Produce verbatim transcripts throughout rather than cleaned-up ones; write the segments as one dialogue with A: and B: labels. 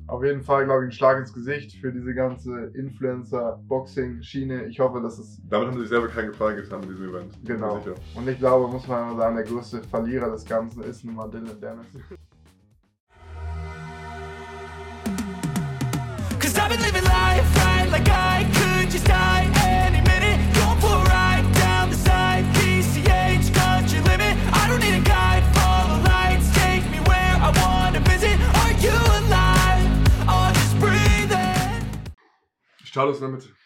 A: auf jeden Fall, glaube ich, ein Schlag ins Gesicht für diese ganze Influencer-Boxing-Schiene. Ich hoffe, dass es...
B: Damit haben sie sich selber keinen Gefallen getan mit diesem Event.
A: Genau. Und ich glaube, muss man mal sagen, der größte Verlierer des Ganzen ist nun mal Dillon Danis.
C: Cause I've been living life right like I could just die any minute. Going for a ride down the side, P C H, country limit. I don't need a guide, follow lights, take me where I wanna visit. Are you alive? Or just breathing?
B: Status in der Mitte.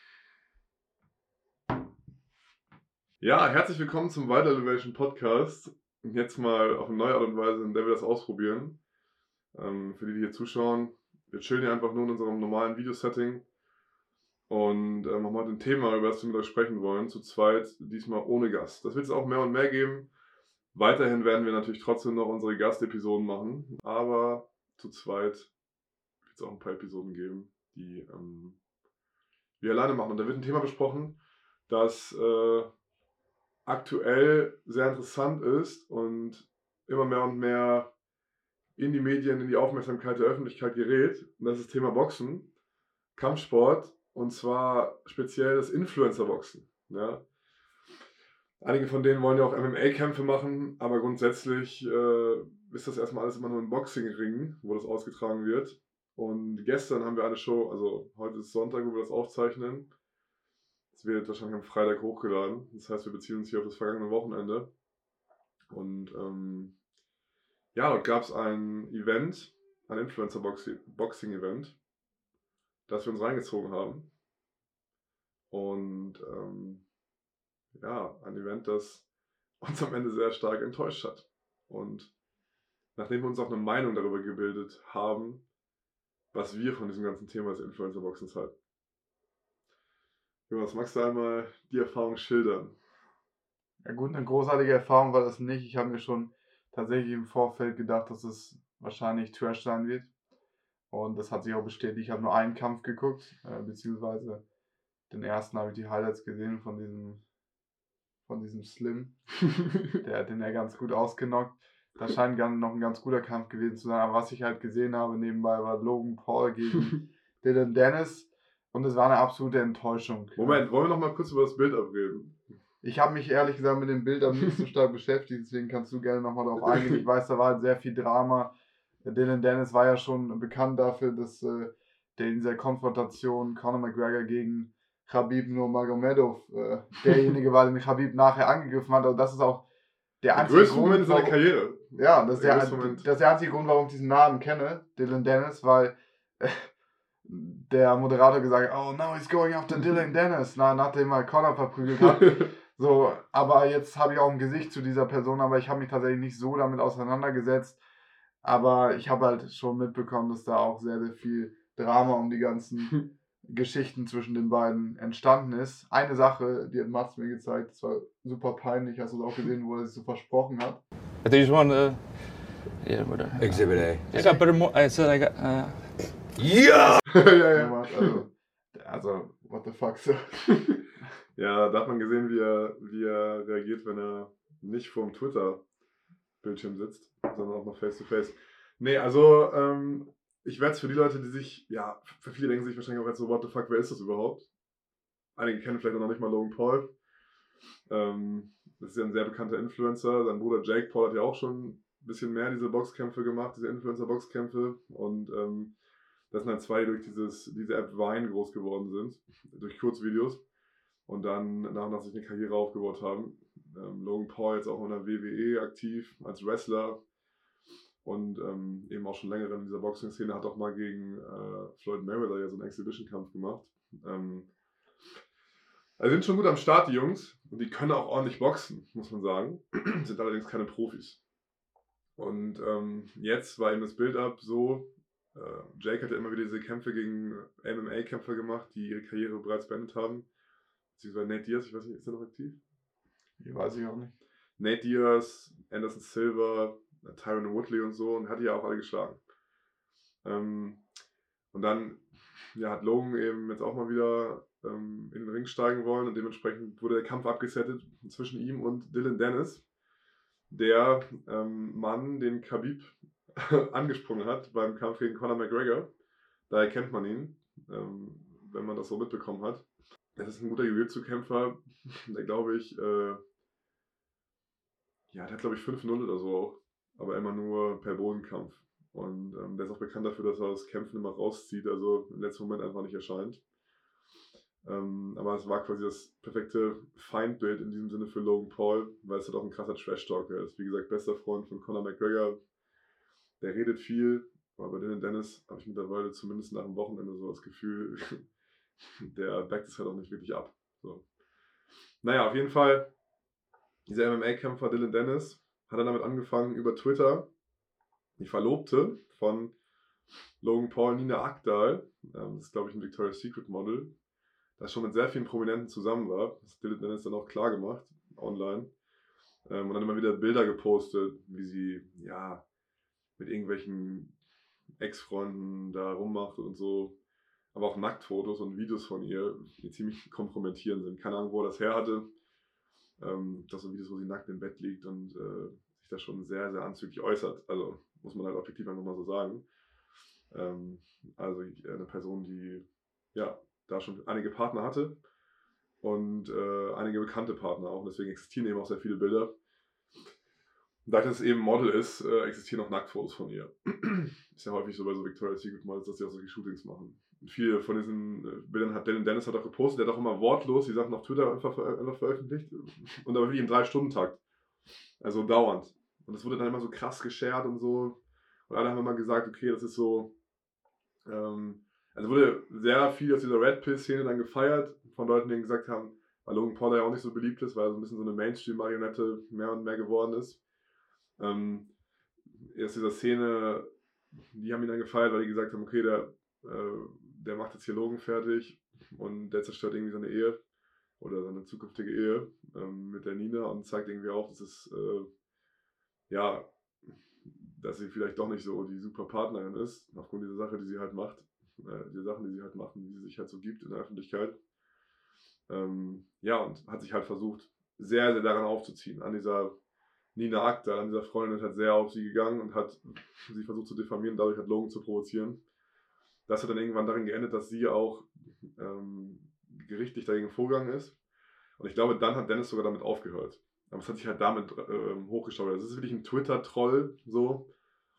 B: Ja, herzlich willkommen zum Vital Elevation Podcast. Jetzt mal auf eine neue Art und Weise, in der wir das ausprobieren. Ähm, für die, die hier zuschauen. Wir chillen hier einfach nur in unserem normalen Videosetting und ähm, haben heute ein Thema, über das wir mit euch sprechen wollen, zu zweit, diesmal ohne Gast. Das wird es auch mehr und mehr geben. Weiterhin werden wir natürlich trotzdem noch unsere Gastepisoden machen, aber zu zweit wird es auch ein paar Episoden geben, die ähm, wir alleine machen. Und da wird ein Thema besprochen, das äh, aktuell sehr interessant ist und immer mehr und mehr in die Medien, in die Aufmerksamkeit der Öffentlichkeit gerät. Und das ist das Thema Boxen, Kampfsport und zwar speziell das Influencer-Boxen. Ja. Einige von denen wollen ja auch M M A-Kämpfe machen, aber grundsätzlich äh, ist das erstmal alles immer nur ein Boxing-Ring, wo das ausgetragen wird. Und gestern haben wir eine Show, also heute ist Sonntag, wo wir das aufzeichnen. Das wird wahrscheinlich am Freitag hochgeladen. Das heißt, wir beziehen uns hier auf das vergangene Wochenende. Und ähm, ja, dort gab es ein Event, ein Influencer-Boxing-Event, das wir uns reingezogen haben. Und ähm, ja, ein Event, das uns am Ende sehr stark enttäuscht hat. Und nachdem wir uns auch eine Meinung darüber gebildet haben, was wir von diesem ganzen Thema des Influencer-Boxens halten. Jonas, magst du einmal die Erfahrung schildern?
A: Ja gut, eine großartige Erfahrung war das nicht. Ich habe mir schon tatsächlich im Vorfeld gedacht, dass es wahrscheinlich Trash sein wird. Und das hat sich auch bestätigt. Ich habe nur einen Kampf geguckt, äh, beziehungsweise den ersten habe ich die Highlights gesehen von diesem, von diesem Slim. Der hat den ja ganz gut ausgenockt. Das scheint noch ein ganz guter Kampf gewesen zu sein. Aber was ich halt gesehen habe nebenbei war Logan Paul gegen Dillon Danis. Und es war eine absolute Enttäuschung.
B: Moment, wollen wir noch mal kurz über das Bild abreden?
A: Ich habe mich ehrlich gesagt mit dem Bild nicht so stark beschäftigt, deswegen kannst du gerne nochmal darauf eingehen. Ich weiß, da war halt sehr viel Drama. Dillon Danis war ja schon bekannt dafür, dass äh, der in dieser Konfrontation Conor McGregor gegen Khabib Nurmagomedov äh, derjenige war, den Khabib nachher angegriffen hat. Also das ist auch der einzige
B: größte
A: Grund,
B: Moment in seiner Karriere.
A: Ja, das ist der,
B: der,
A: das ist der einzige Grund, warum ich diesen Namen kenne, Dillon Danis, weil äh, der Moderator gesagt hat, oh, now he's going after Dillon Danis, na, nachdem er Conor verprügelt hat. So, aber jetzt habe ich auch ein Gesicht zu dieser Person, aber ich habe mich tatsächlich nicht so damit auseinandergesetzt. Aber ich habe halt schon mitbekommen, dass da auch sehr, sehr viel Drama um die ganzen Geschichten zwischen den beiden entstanden ist. Eine Sache, die hat Mats mir gezeigt, das war super peinlich, hast du es auch gesehen, wo er sich so versprochen hat.
D: I think you just want to, yeah, whatever.
E: Exhibit A.
D: I got better more. I said I got. Uh,
B: Ja! ja, ja.
A: Also, also, what the fuck, so.
B: Ja, da hat man gesehen, wie er, wie er reagiert, wenn er nicht vorm Twitter-Bildschirm sitzt, sondern auch noch face-to-face. Nee, also, ähm, ich werde es für die Leute, die sich, ja, für viele denken sich wahrscheinlich auch jetzt so, what the fuck, wer ist das überhaupt? Einige kennen vielleicht auch noch nicht mal Logan Paul. Ähm, das ist ja ein sehr bekannter Influencer. Sein Bruder Jake Paul hat ja auch schon ein bisschen mehr diese Boxkämpfe gemacht, diese Influencer-Boxkämpfe. Und ähm, das sind halt zwei, die durch dieses, diese App Vine groß geworden sind, durch Kurzvideos. Und dann nach und nach sich eine Karriere aufgebaut haben. Ähm, Logan Paul jetzt auch in der W W E aktiv als Wrestler und ähm, eben auch schon länger in dieser Boxing-Szene, hat auch mal gegen äh, Floyd Mayweather ja so einen Exhibition-Kampf gemacht. Ähm, also sind schon gut am Start, die Jungs, und die können auch ordentlich boxen, muss man sagen, sind allerdings keine Profis. Und ähm, jetzt war eben das Build-up so, äh, Jake hat ja immer wieder diese Kämpfe gegen M M A-Kämpfer gemacht, die ihre Karriere bereits beendet haben. Beziehungsweise Nate Diaz, ich weiß nicht, ist er noch aktiv?
A: Ich weiß ich auch nicht.
B: Nate Diaz, Anderson Silva, Tyron Woodley und so, und hat die ja auch alle geschlagen. Ähm, und dann ja, hat Logan eben jetzt auch mal wieder ähm, in den Ring steigen wollen und dementsprechend wurde der Kampf abgesettet zwischen ihm und Dillon Danis, der ähm, Mann, den Khabib angesprungen hat beim Kampf gegen Conor McGregor. daher kennt man ihn, ähm, wenn man das so mitbekommen hat. Es ist ein guter Jiu-Jitsu-Kämpfer, der glaube ich, äh, ja, der hat glaube ich fünf null oder so auch, aber immer nur per Bodenkampf. Und ähm, der ist auch bekannt dafür, dass er das Kämpfen immer rauszieht, also im letzten Moment einfach nicht erscheint. Ähm, aber es war quasi das perfekte Feindbild in diesem Sinne für Logan Paul, weil es halt auch ein krasser Trash-Talker ist. Wie gesagt, bester Freund von Conor McGregor. Der redet viel, aber bei Dylan Dennis habe ich mittlerweile zumindest nach dem Wochenende so das Gefühl, der backt es halt auch nicht wirklich ab. So. Naja, auf jeden Fall, dieser M M A-Kämpfer Dylan Dennis hat dann damit angefangen, über Twitter die Verlobte von Logan Paul, Nina Agdal, ähm, das ist glaube ich ein Victoria's Secret Model, das schon mit sehr vielen Prominenten zusammen war. Das hat Dylan Dennis dann auch klar gemacht, online. Ähm, und dann immer wieder Bilder gepostet, wie sie, ja, mit irgendwelchen Ex-Freunden da rummacht und so. Aber auch Nacktfotos und Videos von ihr, die ziemlich kompromittierend sind. Keine Ahnung, wo er das her hatte. Ähm, das sind Videos, wo sie nackt im Bett liegt und äh, sich da schon sehr, sehr anzüglich äußert. Also muss man halt objektiv einfach mal so sagen. Ähm, also eine Person, die ja da schon einige Partner hatte und äh, einige bekannte Partner auch. Und deswegen existieren eben auch sehr viele Bilder. Da das eben Model ist, äh, existieren auch Nacktfotos von ihr. Ist ja häufig so bei so Victoria's Secret Models, dass sie auch solche Shootings machen. Und viele von diesen äh, Bildern hat Dylan Dennis hat auch gepostet, der hat auch immer wortlos die Sachen auf Twitter einfach, ver einfach veröffentlicht. Und aber wirklich im drei Stunden Takt. Also dauernd. Und das wurde dann immer so krass geshared und so. Und alle haben immer gesagt, okay, das ist so. Ähm, also wurde sehr viel aus dieser Red Pill-Szene dann gefeiert, von Leuten, die gesagt haben, weil Logan Paul ja auch nicht so beliebt ist, weil er so ein bisschen so eine Mainstream-Marionette mehr und mehr geworden ist. Ähm, aus dieser Szene, die haben ihn dann gefeiert, weil die gesagt haben, okay, der, äh, der macht jetzt hier Logan fertig und der zerstört irgendwie seine Ehe oder seine zukünftige Ehe ähm, mit der Nina und zeigt irgendwie auch, dass es, äh, ja, dass sie vielleicht doch nicht so die super Partnerin ist, aufgrund dieser Sache, die sie halt macht, äh, die Sachen, die sie halt machen, die sie sich halt so gibt in der Öffentlichkeit. Ähm, ja, und hat sich halt versucht, sehr, sehr daran aufzuziehen, an dieser Nina Agdal, an dieser Freundin, ist halt sehr auf sie gegangen und hat sie versucht zu diffamieren, dadurch hat Logan zu provozieren. Das hat dann irgendwann darin geendet, dass sie auch ähm, gerichtlich dagegen vorgegangen ist. Und ich glaube, dann hat Dennis sogar damit aufgehört. Aber es hat sich halt damit ähm, hochgeschaukelt. Das ist wirklich ein Twitter-Troll, so.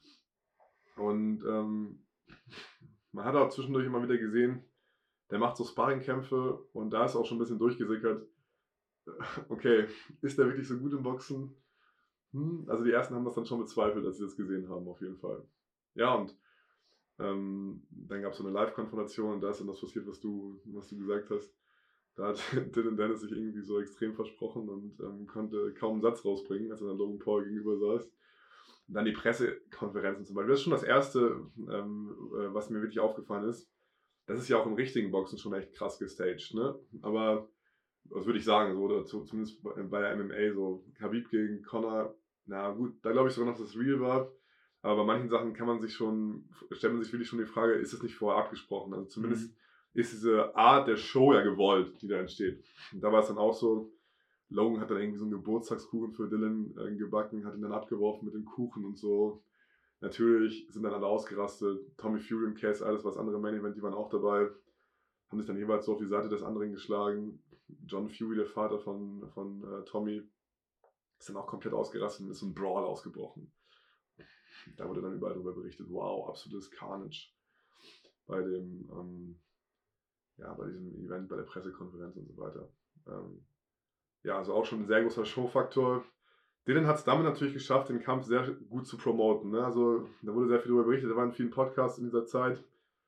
B: Und ähm, man hat auch zwischendurch immer wieder gesehen, der macht so Sparringkämpfe und da ist auch schon ein bisschen durchgesickert. Okay, ist der wirklich so gut im Boxen? Hm, also die ersten haben das dann schon bezweifelt, als sie das gesehen haben, auf jeden Fall. Ja, und ähm, dann gab es so eine Live-Konfrontation und da ist dann das passiert, was du, was du gesagt hast. Da hat Dylan Dennis sich irgendwie so extrem versprochen und ähm, konnte kaum einen Satz rausbringen, als er dann Logan Paul gegenüber saß. Und dann die Pressekonferenzen zum Beispiel. Das ist schon das Erste, ähm, was mir wirklich aufgefallen ist. Das ist ja auch im richtigen Boxen schon echt krass gestaged, ne? Aber was würde ich sagen, so, oder zu, zumindest bei, bei der M M A, so Khabib gegen Conor, na gut, da glaube ich sogar noch, dass es real war. Aber bei manchen Sachen kann man sich schon, stellt man sich wirklich schon die Frage, ist es nicht vorher abgesprochen? Also zumindest mhm. ist diese Art der Show ja gewollt, die da entsteht. Und da war es dann auch so, Logan hat dann irgendwie so einen Geburtstagskuchen für Dylan äh, gebacken, hat ihn dann abgeworfen mit dem Kuchen und so. Natürlich sind dann alle ausgerastet. Tommy Fury und Cass, alles was andere Main Event, die waren auch dabei. Haben sich dann jeweils so auf die Seite des anderen geschlagen. John Fury, der Vater von, von äh, Tommy, ist dann auch komplett ausgerastet und ist so ein Brawl ausgebrochen. Da wurde dann überall darüber berichtet, wow, absolutes Carnage bei dem, ähm, ja, bei diesem Event, bei der Pressekonferenz und so weiter. Ähm, ja, also auch schon ein sehr großer Showfaktor. Dylan hat es damit natürlich geschafft, den Kampf sehr gut zu promoten. Ne? Also da wurde sehr viel darüber berichtet, da waren viele Podcasts in dieser Zeit.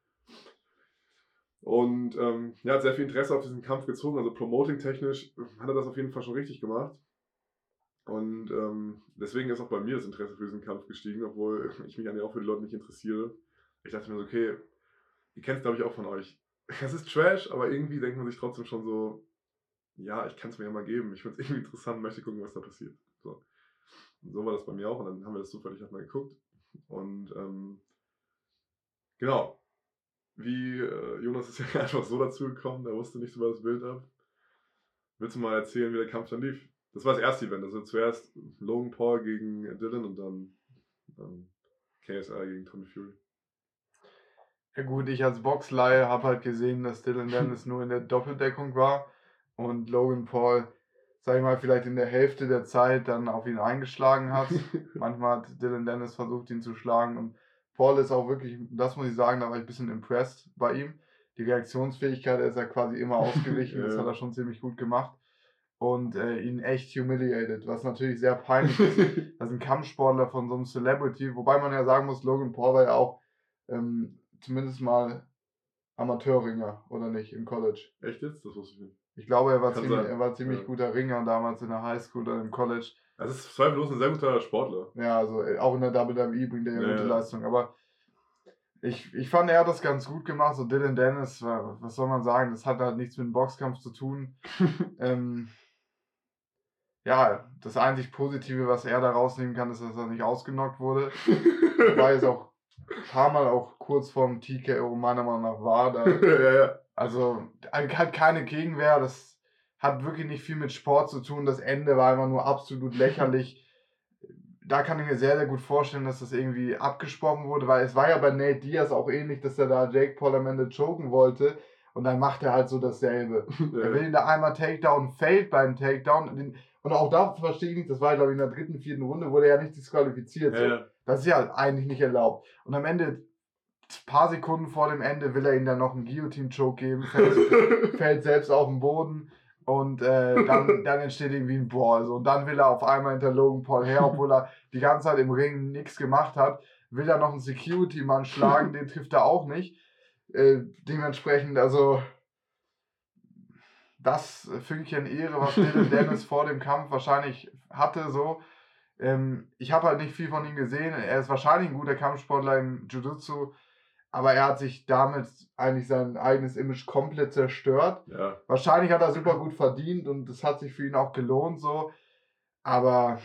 B: Und ähm, ja, hat sehr viel Interesse auf diesen Kampf gezogen, also promoting-technisch hat er das auf jeden Fall schon richtig gemacht. Und ähm, deswegen ist auch bei mir das Interesse für diesen Kampf gestiegen, obwohl ich mich eigentlich auch für die Leute nicht interessiere. Ich dachte mir so, okay, ihr kennt es glaube ich auch von euch. Es ist Trash, aber irgendwie denkt man sich trotzdem schon so, ja, ich kann es mir ja mal geben. Ich finde es irgendwie interessant, möchte gucken, was da passiert. So. Und so war das bei mir auch und dann haben wir das zufällig halt mal geguckt. Und ähm, genau. Wie, äh, Jonas ist ja einfach so dazu gekommen, der wusste nichts über das Bild ab. Willst du mal erzählen, wie der Kampf dann lief? Das war das erste Event, also zuerst Logan Paul gegen Dylan und dann, dann K S I gegen Tommy Fury.
A: Ja gut, ich als Boxlaie habe halt gesehen, dass Dylan Dennis nur in der Doppeldeckung war und Logan Paul, sag ich mal, vielleicht in der Hälfte der Zeit dann auf ihn eingeschlagen hat. Manchmal hat Dylan Dennis versucht, ihn zu schlagen und Paul ist auch wirklich, das muss ich sagen, da war ich ein bisschen impressed bei ihm. Die Reaktionsfähigkeit, er ist ja quasi immer ausgewichen, das
B: Ja.
A: hat er schon ziemlich gut gemacht und äh, ihn echt humiliated, was natürlich sehr peinlich ist. Das ist ein Kampfsportler von so einem Celebrity, wobei man ja sagen muss, Logan Paul war ja auch ähm, zumindest mal Amateurringer, oder nicht, im College.
B: Echt jetzt? Das wusste ich nicht.
A: Ich glaube, er war
B: Kann
A: ziemlich,
B: sein.
A: er war ziemlich
B: Ja.
A: guter Ringer damals in der Highschool oder im College.
B: Das ist zweifellos ein sehr guter Sportler.
A: Ja, also äh, auch in der W W E bringt er ja
B: Ja,
A: gute
B: ja.
A: Leistung. Aber ich, ich fand, er hat das ganz gut gemacht. So Dylan Dennis, wa- was soll man sagen, das hat halt nichts mit dem Boxkampf zu tun. ähm, ja, das einzig Positive, was er da rausnehmen kann, ist, dass er nicht ausgenockt wurde. Wobei es auch ein paar Mal auch kurz vorm T K O meiner Meinung nach war. Da,
B: ja, ja.
A: also halt keine Gegenwehr, das hat wirklich nicht viel mit Sport zu tun. Das Ende war einfach nur absolut lächerlich. Da kann ich mir sehr, sehr gut vorstellen, dass das irgendwie abgesprochen wurde, weil es war ja bei Nate Diaz auch ähnlich, dass er da Jake Paul am Ende choken wollte und dann macht er halt so dasselbe. Er will ihn da einmal Takedown, fällt beim Takedown den, und auch da verstehe ich nicht, das war glaube ich in der dritten, vierten Runde, wurde er ja nicht disqualifiziert. So.
B: Ja, ja.
A: Das ist ja eigentlich nicht erlaubt. Und am Ende, ein paar Sekunden vor dem Ende, will er ihm dann noch einen Guillotine-Choke geben, fällt, fällt selbst auf den Boden und äh, dann, dann entsteht irgendwie ein Brawl. So. Und dann will er auf einmal hinter Logan Paul her, obwohl er die ganze Zeit im Ring nichts gemacht hat, will er noch einen Security-Mann schlagen, den trifft er auch nicht. Äh, dementsprechend, also das Fünkchen Ehre, was Dylan Dennis vor dem Kampf wahrscheinlich hatte, so. Ähm, ich habe halt nicht viel von ihm gesehen. Er ist wahrscheinlich ein guter Kampfsportler im Jiu-Jitsu, aber er hat sich damit eigentlich sein eigenes Image komplett zerstört.
B: Ja.
A: Wahrscheinlich hat er super gut verdient und es hat sich für ihn auch gelohnt, so. Aber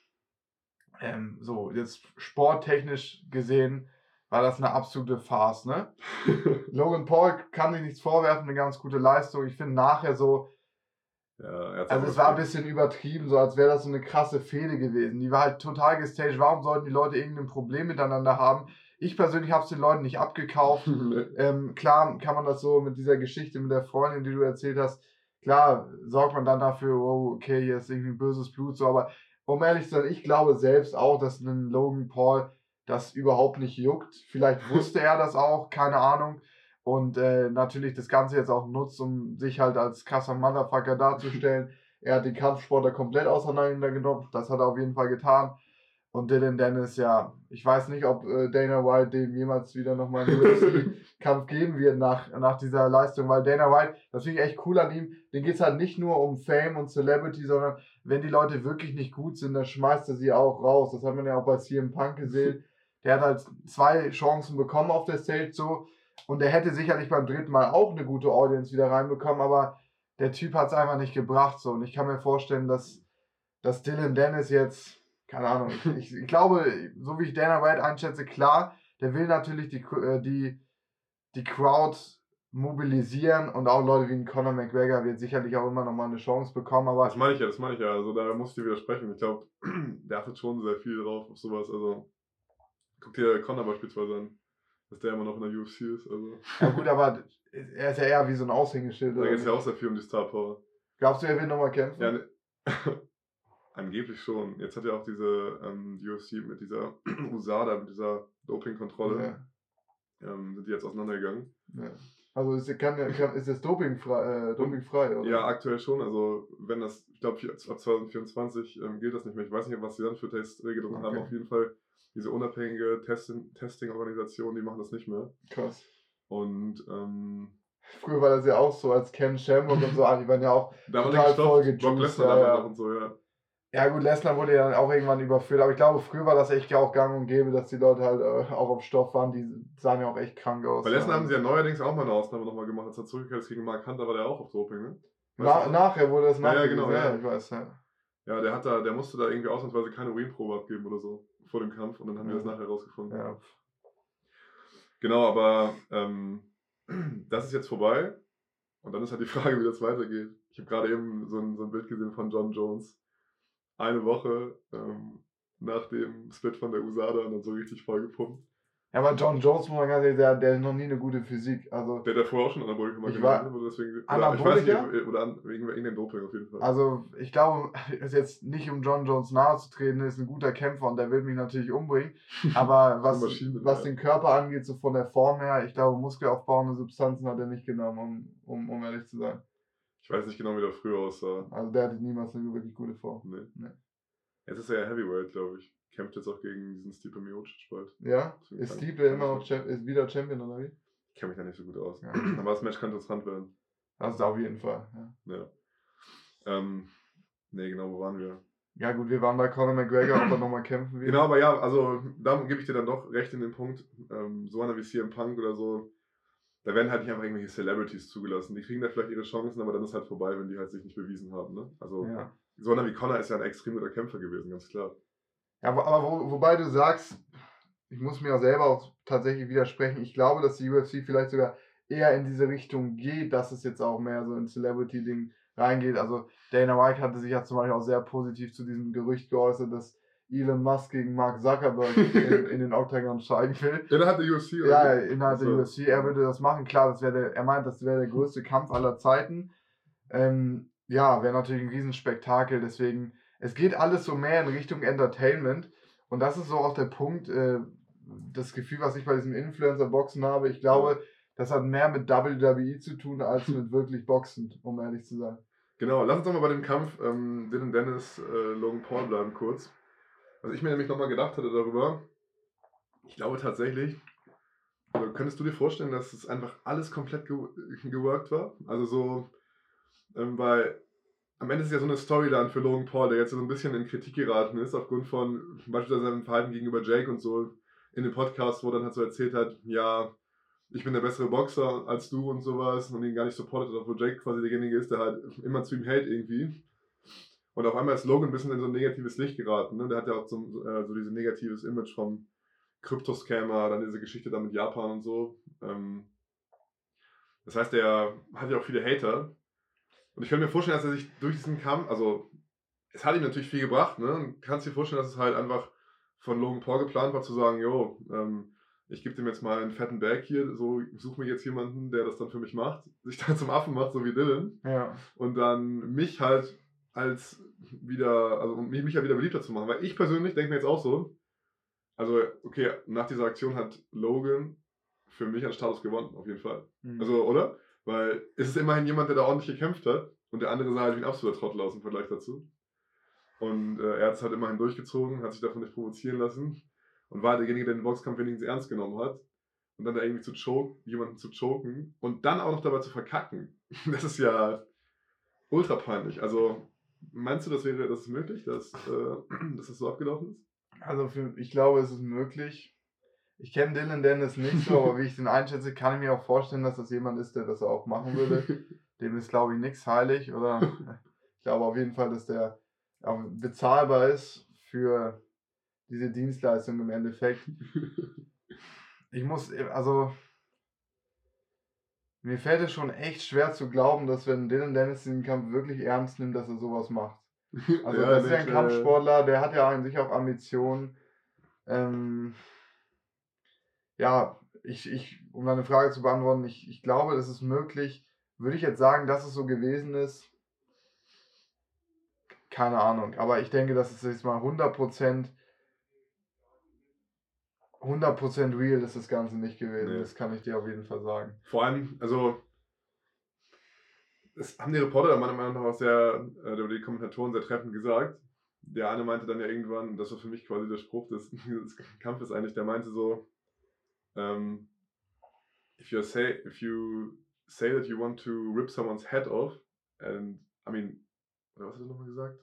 A: ähm, so, jetzt sporttechnisch gesehen war das eine absolute Farce, ne? Logan Paul kann sich nichts vorwerfen, eine ganz gute Leistung. Ich finde nachher so,
B: Ja, er hat's
A: also
B: auch
A: es war ein
B: gekriegt.
A: bisschen übertrieben, so als wäre das so eine krasse Fehde gewesen. Die war halt total gestaged. Warum sollten die Leute irgendein Problem miteinander haben? Ich persönlich habe es den Leuten nicht abgekauft. ähm, klar kann man das so mit dieser Geschichte mit der Freundin, die du erzählt hast, klar sorgt man dann dafür, oh, okay, hier ist irgendwie böses Blut, so, aber um ehrlich zu sein, ich glaube selbst auch, dass ein Logan Paul das überhaupt nicht juckt. Vielleicht wusste er das auch, keine Ahnung. Und äh, natürlich das Ganze jetzt auch nutzt, um sich halt als krasser Motherfucker darzustellen. Er hat den Kampfsportler komplett auseinandergenommen, das hat er auf jeden Fall getan. Und Dylan Dennis, ja, ich weiß nicht, ob äh, Dana White dem jemals wieder nochmal einen U F C-Kampf geben wird nach, nach dieser Leistung, weil Dana White, das finde ich echt cool an ihm, den geht es halt nicht nur um Fame und Celebrity, sondern wenn die Leute wirklich nicht gut sind, dann schmeißt er sie auch raus. Das hat man ja auch bei C M Punk gesehen. Der hat halt zwei Chancen bekommen auf der Stage so und der hätte sicherlich beim dritten Mal auch eine gute Audience wieder reinbekommen, aber der Typ hat es einfach nicht gebracht so und ich kann mir vorstellen, dass, dass Dylan Dennis jetzt, keine Ahnung, ich, ich glaube, so wie ich Dana White einschätze, klar, der will natürlich die, äh, die, die Crowd mobilisieren und auch Leute wie ein Conor McGregor wird sicherlich auch immer nochmal eine Chance bekommen, aber
B: Das meine ich ja, das meine ich ja. Also da muss ich dir widersprechen. Ich glaube, der achtet schon sehr viel drauf auf sowas. Also guck dir Conor beispielsweise an, dass der immer noch in der U F C ist. Also
A: ja gut, aber er ist ja eher wie so ein Aushängeschild.
B: da
A: oder
B: geht es ja
A: nicht?
B: auch sehr viel um die Star Power.
A: Glaubst du, er will nochmal kämpfen?
B: Ja, ne, angeblich schon. Jetzt hat ja auch diese ähm, U F C mit dieser U S A D A, mit dieser Dopingkontrolle,
A: Ja,
B: ähm, sind die jetzt auseinandergegangen.
A: ja. Also ist, kann, kann, ist das dopingfrei, äh, dopingfrei, oder?
B: Ja, aktuell schon. Also wenn das, ich glaube, ab zwanzig vierundzwanzig ähm, gilt das nicht mehr. Ich weiß nicht, was sie dann für Testregelungen
A: Okay.
B: haben. Auf jeden Fall diese unabhängige Testing- Testing-Organisation, die machen das nicht mehr.
A: Krass.
B: Und ähm,
A: Früher war das ja auch so, als Ken Shamrock und so, ah, die waren ja auch
B: da war
A: total
B: der
A: voll
B: gestoppt. Brock
A: gejuiced.
B: Lesnar
A: Ja,
B: damals
A: ja.
B: noch und so, ja.
A: Ja gut, Lesnar wurde ja dann auch irgendwann überführt, aber ich glaube, früher war das echt auch gang und gäbe, dass die Leute halt äh, auch auf Stoff waren, die sahen ja auch echt krank aus.
B: Bei Lesnar
A: ja.
B: haben sie ja neuerdings auch mal eine Ausnahme nochmal gemacht, als er zurückgekehrt ist gegen Mark Hunter, war der auch auf Doping, ne? Weißt
A: Na,
B: du noch?
A: nachher wurde das
B: Ja, ja,
A: nachgewiesen,
B: genau, ja.
A: ich weiß, ja.
B: Ja, der hat da, der musste da irgendwie ausnahmsweise keine Urinprobe abgeben oder so vor dem Kampf und dann haben wir
A: Ja.
B: das nachher rausgefunden.
A: Ja.
B: Genau, aber ähm, das ist jetzt vorbei und dann ist halt die Frage, wie das weitergeht. Ich habe gerade eben so ein, so ein Bild gesehen von John Jones. Eine Woche ähm, nach dem Split von der U S A D A und dann so richtig voll gepumpt.
A: Ja, aber John Jones, muss man ganz ehrlich sagen, der hat noch nie eine gute Physik. Also,
B: Der hat vorher auch schon Anabolika mal
A: Ich
B: genommen,
A: war-
B: oder deswegen, oder, ich
A: Anabolika?
B: weiß nicht, oder an, wegen irgendeinem Doping auf jeden Fall.
A: also ich glaube, es jetzt nicht um John Jones nahe zu treten, ist ein guter Kämpfer und der will mich natürlich umbringen. Aber was,
B: Eine Maschine,
A: was
B: ja.
A: den Körper angeht, so von der Form her, ich glaube, muskelaufbauende Substanzen hat er nicht genommen, um, um, um ehrlich zu sein.
B: Ich weiß nicht genau, wie der früher aussah.
A: Also der hatte niemals eine wirklich gute Form.
B: Nee.
A: Nee.
B: Jetzt ist er ja Heavyweight, glaube ich. Kämpft jetzt auch gegen diesen Stipe Miocic bald.
A: Ja?
B: Deswegen
A: Ist
B: kann-
A: Stipe
B: kann
A: immer
B: das
A: noch
B: nicht.
A: Champ- ist wieder Champion oder wie?
B: Ich kenne mich da nicht so gut aus.
A: Ja.
B: Aber das Match kann interessant werden.
A: Das ist auf jeden Fall. Ja.
B: Ja. Ähm, nee, genau, wo waren wir?
A: Ja gut, wir waren bei Conor McGregor, ob er nochmal kämpfen will.
B: Genau, aber ja, also da gebe ich dir dann doch recht in dem Punkt. Ähm, so einer wie C M Punk oder so, da werden halt nicht einfach irgendwelche Celebrities zugelassen. Die kriegen da vielleicht ihre Chancen, aber dann ist halt vorbei, wenn die halt sich nicht bewiesen haben. Ne? Also
A: Ja.
B: so einer wie Conor ist ja ein extrem guter Kämpfer gewesen, ganz klar.
A: Ja, aber, aber wo, wobei du sagst, ich muss mir auch selber auch tatsächlich widersprechen, ich glaube, dass die U F C vielleicht sogar eher in diese Richtung geht, dass es jetzt auch mehr so in Celebrity-Ding reingeht. Also Dana White hatte sich ja zum Beispiel auch sehr positiv zu diesem Gerücht geäußert, dass Elon Musk gegen Mark Zuckerberg in, in den Octagon steigen will.
B: Ja, der hat die U F C, oder?
A: Ja, innerhalb der
B: Also,
A: U F C, er würde das machen. Klar, das wäre der, er meint, das wäre der größte Kampf aller Zeiten. Ähm, ja, wäre natürlich ein Riesenspektakel. Deswegen, es geht alles so mehr in Richtung Entertainment. Und das ist so auch der Punkt, äh, das Gefühl, was ich bei diesem Influencer-Boxen habe. Ich glaube, das hat mehr mit W W E zu tun, als mit wirklich Boxen, um ehrlich zu sein.
B: Genau, lass uns doch mal bei dem Kampf ähm, Dylan Dennis, äh, Logan Paul bleiben kurz. Was ich mir nämlich nochmal gedacht hatte darüber, ich glaube tatsächlich, also könntest du dir vorstellen, dass es einfach alles komplett ge geworkt war? Also so, ähm, weil am Ende ist es ja so eine Storyline für Logan Paul, der jetzt so ein bisschen in Kritik geraten ist, aufgrund von beispielsweise seinem Verhalten gegenüber Jake und so in dem Podcast, wo er dann halt so erzählt hat, ja, ich bin der bessere Boxer als du und sowas und ihn gar nicht supportet, obwohl Jake quasi derjenige ist, der halt immer zu ihm hält irgendwie. Und auf einmal ist Logan ein bisschen in so ein negatives Licht geraten. Ne? Der hat ja auch so, äh, so dieses negatives Image vom Kryptoscammer, dann diese Geschichte da mit Japan und so. Ähm, das heißt, er hat ja auch viele Hater. Und ich kann mir vorstellen, dass er sich durch diesen Kampf, also es hat ihm natürlich viel gebracht, ne? Und kannst dir vorstellen, dass es halt einfach von Logan Paul geplant war, zu sagen, jo, ähm, ich gebe dem jetzt mal einen fetten Bag hier, so, ich suche mir jetzt jemanden, der das dann für mich macht, sich dann zum Affen macht, so wie Dylan,
A: Ja.
B: und dann mich halt als wieder, also um mich, mich ja wieder beliebter zu machen, weil ich persönlich denke mir jetzt auch so, also okay, nach dieser Aktion hat Logan für mich an Status gewonnen, auf jeden Fall.
A: Mhm.
B: Also, oder? Weil es ist immerhin jemand, der da ordentlich gekämpft hat und der andere sah halt wie ein absoluter Trottel aus im Vergleich dazu. Und äh, er hat es halt immerhin durchgezogen, hat sich davon nicht provozieren lassen und war derjenige, der den Boxkampf wenigstens ernst genommen hat. Und dann da irgendwie zu choken, jemanden zu choken und dann auch noch dabei zu verkacken. Das ist ja ultra peinlich. Also, meinst du, das wäre das ist möglich, dass, äh, dass das so abgelaufen ist?
A: Also für, ich glaube, es ist möglich. Ich kenne Dylan Dennis nicht so, aber wie ich den einschätze, kann ich mir auch vorstellen, dass das jemand ist, der das auch machen würde. Dem ist, glaube ich, nichts heilig. Oder ich glaube auf jeden Fall, dass der auch bezahlbar ist für diese Dienstleistung im Endeffekt. Ich muss, also mir fällt es schon echt schwer zu glauben, dass wenn Dylan Dennis den Kampf wirklich ernst nimmt, dass er sowas macht. Also
B: Ja,
A: das ist ja ein
B: nicht, äh,
A: Kampfsportler, der hat ja an sich auch Ambitionen. Ähm, ja, ich, ich, um deine Frage zu beantworten, ich, ich glaube, es ist möglich. Würde ich jetzt sagen, dass es so gewesen ist? Keine Ahnung. Aber ich denke, dass es jetzt mal hundert Prozent hundert Prozent real ist das Ganze nicht gewesen.
B: Nee.
A: Das kann ich dir auf jeden Fall sagen.
B: Vor allem, also, das haben die Reporter meiner Meinung nach auch sehr, äh, die Kommentatoren sehr treffend gesagt. Der eine meinte dann ja irgendwann, und das war für mich quasi der Spruch des, des Kampfes eigentlich, der meinte so, ähm, if you say, if you say that you want to rip someone's head off, and, I mean, oder was hat er nochmal gesagt?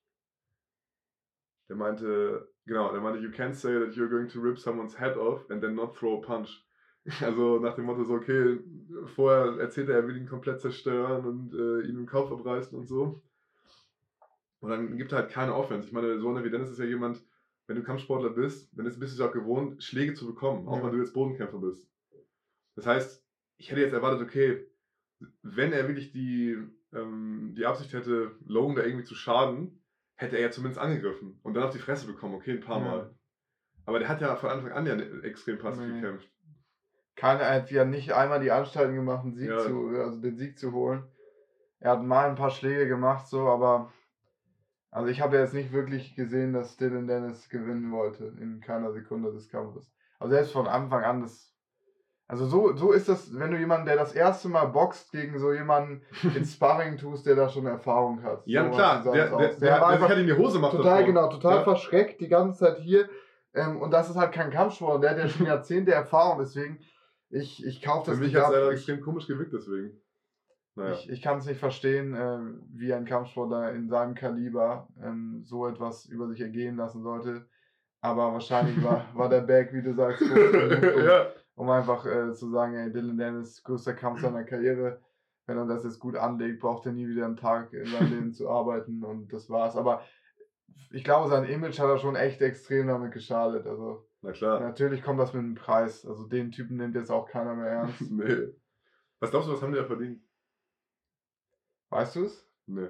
B: Der meinte, genau, der meinte, you can't say that you're going to rip someone's head off and then not throw a punch. Also nach dem Motto so, okay, vorher erzählt er, er will ihn komplett zerstören und äh, ihn im Kauf abreißen und so. Und dann gibt er halt keine Offense. Ich meine, so einer wie Dennis ist ja jemand, wenn du Kampfsportler bist, dann bist du es auch gewohnt, Schläge zu bekommen, auch
A: Ja.
B: wenn du jetzt Bodenkämpfer bist. Das heißt, ich hätte jetzt erwartet, okay, wenn er wirklich die, ähm, die Absicht hätte, Logan da irgendwie zu schaden, hätte er ja zumindest angegriffen und dann auf die Fresse bekommen, okay, ein paar
A: Ja.
B: Mal. Aber der hat ja von Anfang an ja extrem passiv
A: Nee.
B: gekämpft.
A: Keiner hat ja nicht einmal die Anstalten gemacht, einen Sieg
B: Ja.
A: zu, also den Sieg zu holen. Er hat mal ein paar Schläge gemacht, so, aber also ich habe jetzt nicht wirklich gesehen, dass Dylan Dennis gewinnen wollte in keiner Sekunde des Kampfes. Also selbst von Anfang an, das also so, so ist das, wenn du jemanden, der das erste Mal boxt, gegen so jemanden ins Sparring tust, der da schon Erfahrung hat.
B: Ja,
A: so
B: klar,
A: sah
B: der,
A: das
B: der,
A: aus.
B: der, der,
A: war
B: der sich
A: einfach
B: halt in die Hose macht
A: total,
B: davor.
A: genau, total
B: Ja.
A: verschreckt die ganze Zeit hier. Ähm, und das ist halt kein Kampfsport. Und der hat ja schon Jahrzehnte Erfahrung, deswegen, ich, ich kaufe
B: Für
A: das
B: mich
A: nicht
B: hat es
A: ab.
B: leider
A: Ich,
B: extrem komisch gewirkt, deswegen. Naja.
A: ich, ich kann es nicht verstehen, äh, wie ein Kampfsportler in seinem Kaliber ähm, so etwas über sich ergehen lassen sollte. Aber wahrscheinlich war, war der Berg, wie du sagst, groß genug, um,
B: ja.
A: um einfach äh, zu sagen, ey, Dylan Dennis, größter Kampf seiner Karriere. Wenn er das jetzt gut anlegt, braucht er nie wieder einen Tag in seinem Leben zu arbeiten und das war's. Aber ich glaube, sein Image hat er schon echt extrem damit geschadet. Also
B: Na klar.
A: natürlich kommt das mit einem Preis. Also den Typen nimmt jetzt auch keiner mehr ernst.
B: Nee. Was glaubst du, was haben die da verdient?
A: Weißt du es?
B: Nee.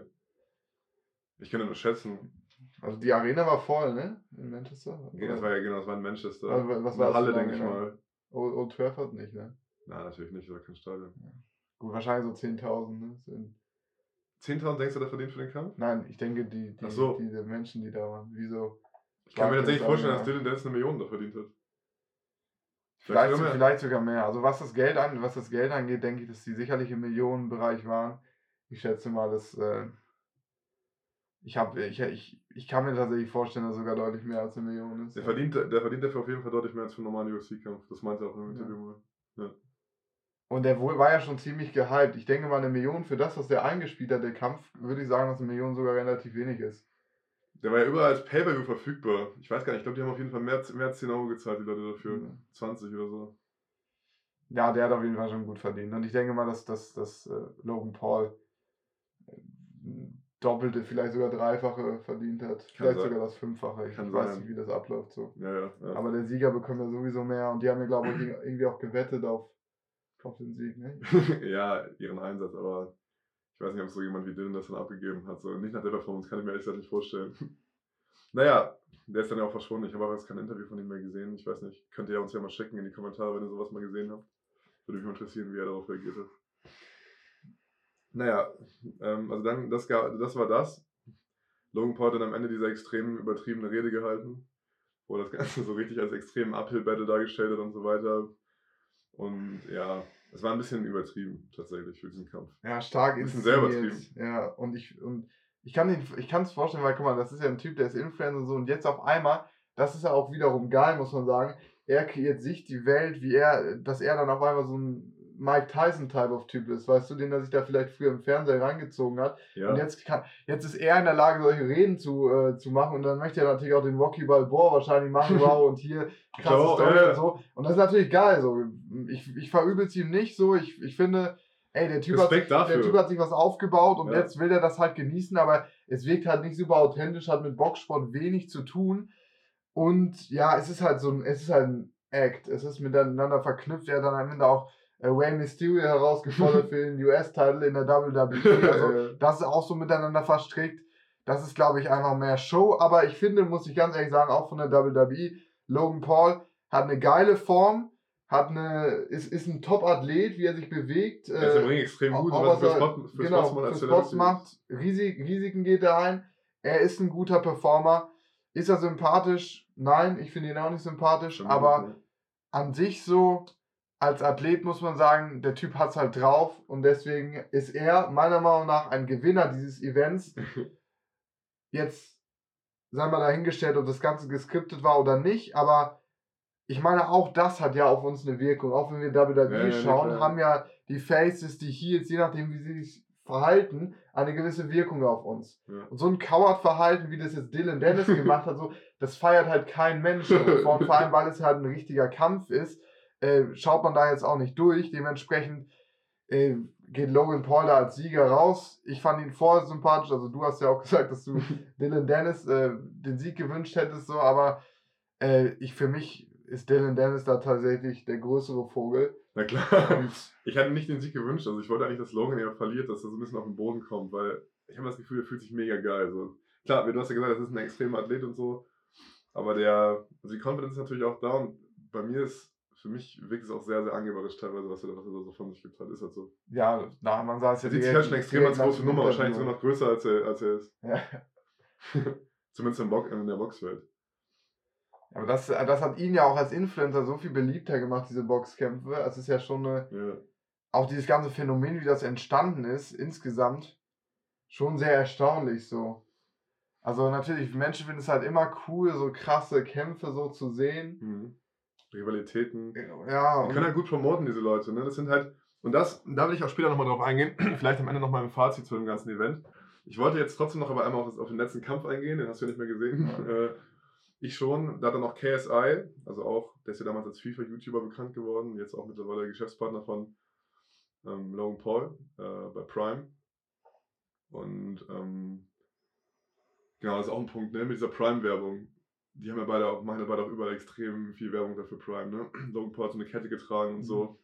B: Ich kann ja nur schätzen.
A: Also die Arena war voll, ne? In Manchester?
B: Ja, das war ja genau, das war in Manchester.
A: Also, was
B: Eine
A: war das
B: Halle,
A: für eine
B: denke ich
A: Arena?
B: mal.
A: Old, Old Trafford nicht, ne?
B: Nein, natürlich nicht, das war kein Stadion.
A: Gut, wahrscheinlich so zehntausend, ne? Sind,
B: zehntausend denkst du, der verdient für den Kampf?
A: nein, ich denke, die, die,
B: Ach so.
A: diese Menschen, die da waren, wieso?
B: Ich kann mir tatsächlich
A: Barclays
B: vorstellen, dass
A: Arena.
B: Dylan Dennis eine Million da verdient hat.
A: Vielleicht,
B: sogar
A: so-
B: mehr.
A: vielleicht sogar mehr. Also was das Geld an, was das Geld angeht, denke ich, dass die sicherlich im Millionenbereich waren. Ich schätze mal, dass äh, ich habe, ich, ich, ich kann mir tatsächlich vorstellen, dass sogar deutlich mehr als eine Million ist.
B: Der verdient, der verdient dafür auf jeden Fall deutlich mehr als für einen normalen U F C-Kampf. Das meinte er auch im
A: Ja.
B: Interview mal. Ja.
A: Und der wohl war ja schon ziemlich gehypt. Ich denke mal, eine Million für das, was der eingespielt hat, der Kampf, würde ich sagen, dass eine Million sogar relativ wenig ist.
B: Der war ja überall als Pay-Per-View verfügbar. Ich weiß gar nicht, ich glaube, die haben auf jeden Fall mehr, mehr als zehn Euro gezahlt, die Leute dafür.
A: Ja.
B: zwanzig oder so.
A: Ja, der hat auf jeden Fall schon gut verdient. Und ich denke mal, dass, dass, dass äh, Logan Paul äh, doppelte, vielleicht sogar dreifache verdient hat. Vielleicht
B: sein.
A: sogar das Fünffache. Ich
B: Kann
A: weiß
B: sein.
A: nicht, wie das abläuft so.
B: Ja, ja. ja.
A: Aber der Sieger bekommt ja sowieso mehr. Und die haben ja, glaube ich, irgendwie auch gewettet auf, auf den Sieg. Ne?
B: ja, ihren Einsatz, aber ich weiß nicht, ob so jemand wie Dylan das dann abgegeben hat. So, nicht nach der Performance, kann ich mir ehrlich gesagt nicht vorstellen. naja, der ist dann ja auch verschwunden. Ich habe aber jetzt kein Interview von ihm mehr gesehen. Ich weiß nicht, könnt ihr uns ja mal schicken in die Kommentare, wenn ihr sowas mal gesehen habt. Würde mich mal interessieren, wie er darauf reagiert hat. Naja, ähm, also dann, das, ga- das war das. Logan Paul hat dann am Ende diese extrem übertriebene Rede gehalten, wo er das Ganze so richtig als extremen Uphill-Battle dargestellt hat und so weiter. Und ja, es war ein bisschen übertrieben tatsächlich für diesen Kampf.
A: Ja, stark
B: Ein bisschen
A: inszeniert.
B: sehr übertrieben.
A: Ja, und ich, und ich kann den, ich kann es vorstellen, weil guck mal, das ist ja ein Typ, der ist Influencer und so, und jetzt auf einmal, das ist ja auch wiederum geil, muss man sagen, er kreiert sich die Welt, wie er, dass er dann auf einmal so ein Mike Tyson-Type of Typ ist, weißt du, den er sich da vielleicht früher im Fernseher reingezogen hat.
B: Ja,
A: Und jetzt, kann, jetzt ist er in der Lage, solche Reden zu, äh, zu machen, und dann möchte er natürlich auch den Rocky Balboa wahrscheinlich machen, wow, und hier krasse
B: Klar,
A: Story
B: ja, ja.
A: und so. Und das ist natürlich geil, so. Ich, ich verübel es ihm nicht so, ich, ich finde, ey, der Typ, hat sich,
B: Respekt dafür.
A: der Typ hat sich was aufgebaut und
B: Ja.
A: jetzt will er das halt genießen, aber es wirkt halt nicht super authentisch, hat mit Boxsport wenig zu tun. Und ja, es ist halt so ein, es ist halt ein Act, es ist miteinander verknüpft. Er hat dann am Ende auch äh, Rey Mysterio herausgefordert für den U S-Title in der W W E. Also das ist auch so miteinander verstrickt. Das ist, glaube ich, einfach mehr Show. Aber ich finde, muss ich ganz ehrlich sagen, auch von der W W E, Logan Paul hat eine geile Form, hat eine, ist, ist ein Top-Athlet, wie er sich bewegt.
B: er ist im
A: äh,
B: Ring extrem gut,
A: auch
B: und was
A: was
B: er für
A: er-
B: Spot, für
A: genau,
B: Spots macht,
A: für
B: als
A: Spots
B: Celebrity
A: macht, Risik, Risiken geht er ein. Er ist ein guter Performer. Ist er sympathisch? Nein, ich finde ihn auch nicht sympathisch,
B: ist.
A: aber an sich so, als Athlet muss man sagen, der Typ hat es halt drauf, und deswegen ist er meiner Meinung nach ein Gewinner dieses Events. Jetzt sei mal dahingestellt, ob das Ganze geskriptet war oder nicht, aber ich meine, auch das hat ja auf uns eine Wirkung. Auch wenn wir W W E
B: Ja, ja,
A: schauen,
B: klar.
A: haben ja die Faces, die Heels, je nachdem, wie sie sich verhalten, eine gewisse Wirkung auf uns.
B: Ja.
A: Und so ein Coward-Verhalten, wie das jetzt Dylan Dennis gemacht hat, so, das feiert halt kein Mensch. So. Vor, vor allem, weil es halt ein richtiger Kampf ist, äh, schaut man da jetzt auch nicht durch. Dementsprechend äh, geht Logan Paul da als Sieger raus. Ich fand ihn vorher sympathisch. Also du hast ja auch gesagt, dass du Dylan Dennis äh, den Sieg gewünscht hättest, so, aber äh, ich für mich ist Dylan Dennis da tatsächlich der größere Vogel.
B: Na klar.
A: Und
B: Ich hatte nicht den Sieg gewünscht, also ich wollte eigentlich, dass Logan eher verliert, dass er so ein bisschen auf den Boden kommt, weil ich habe das Gefühl, er fühlt sich mega geil. So. Klar, wie du hast ja gesagt, das ist ein extremer Athlet und so, Aber der, also die Confidence ist natürlich auch da und bei mir ist, für mich wirkt es auch sehr, sehr angeberisch teilweise, was er, was er da so von sich gibt. Halt, ist halt so.
A: Ja, na, man saß
B: Er
A: ja
B: sieht sich
A: direkt-
B: halt schon extrem als
A: direkt nach
B: große
A: dem
B: Nummer, wahrscheinlich
A: Interview.
B: sogar noch größer als er, als er ist.
A: Ja.
B: Zumindest im Box, in der Boxwelt.
A: Aber das, das hat ihn ja auch als Influencer so viel beliebter gemacht, diese Boxkämpfe. Es ist ja schon eine,
B: Ja.
A: auch dieses ganze Phänomen, wie das entstanden ist, insgesamt schon sehr erstaunlich so. Also natürlich, Menschen finden es halt immer cool, so krasse Kämpfe so zu sehen.
B: Mhm. Rivalitäten.
A: Ja,
B: Die können halt gut promoten, diese Leute. Ne? Das sind halt, und das, da will ich auch später nochmal drauf eingehen, vielleicht am Ende nochmal im Fazit zu dem ganzen Event. Ich wollte jetzt trotzdem noch aber einmal auf, auf den letzten Kampf eingehen, den hast du ja nicht mehr gesehen.
A: Ja.
B: Äh, ich schon. Da hat dann noch K S I, also auch, der ist ja damals als FIFA-YouTuber bekannt geworden, jetzt auch mittlerweile Geschäftspartner von ähm, Logan Paul äh, bei Prime. Und ähm, genau, das ist auch ein Punkt, ne, mit dieser Prime-Werbung. Die haben ja beide auch, machen ja beide auch überall extrem viel Werbung dafür Prime, ne? Logan Paul hat so eine Kette getragen und so.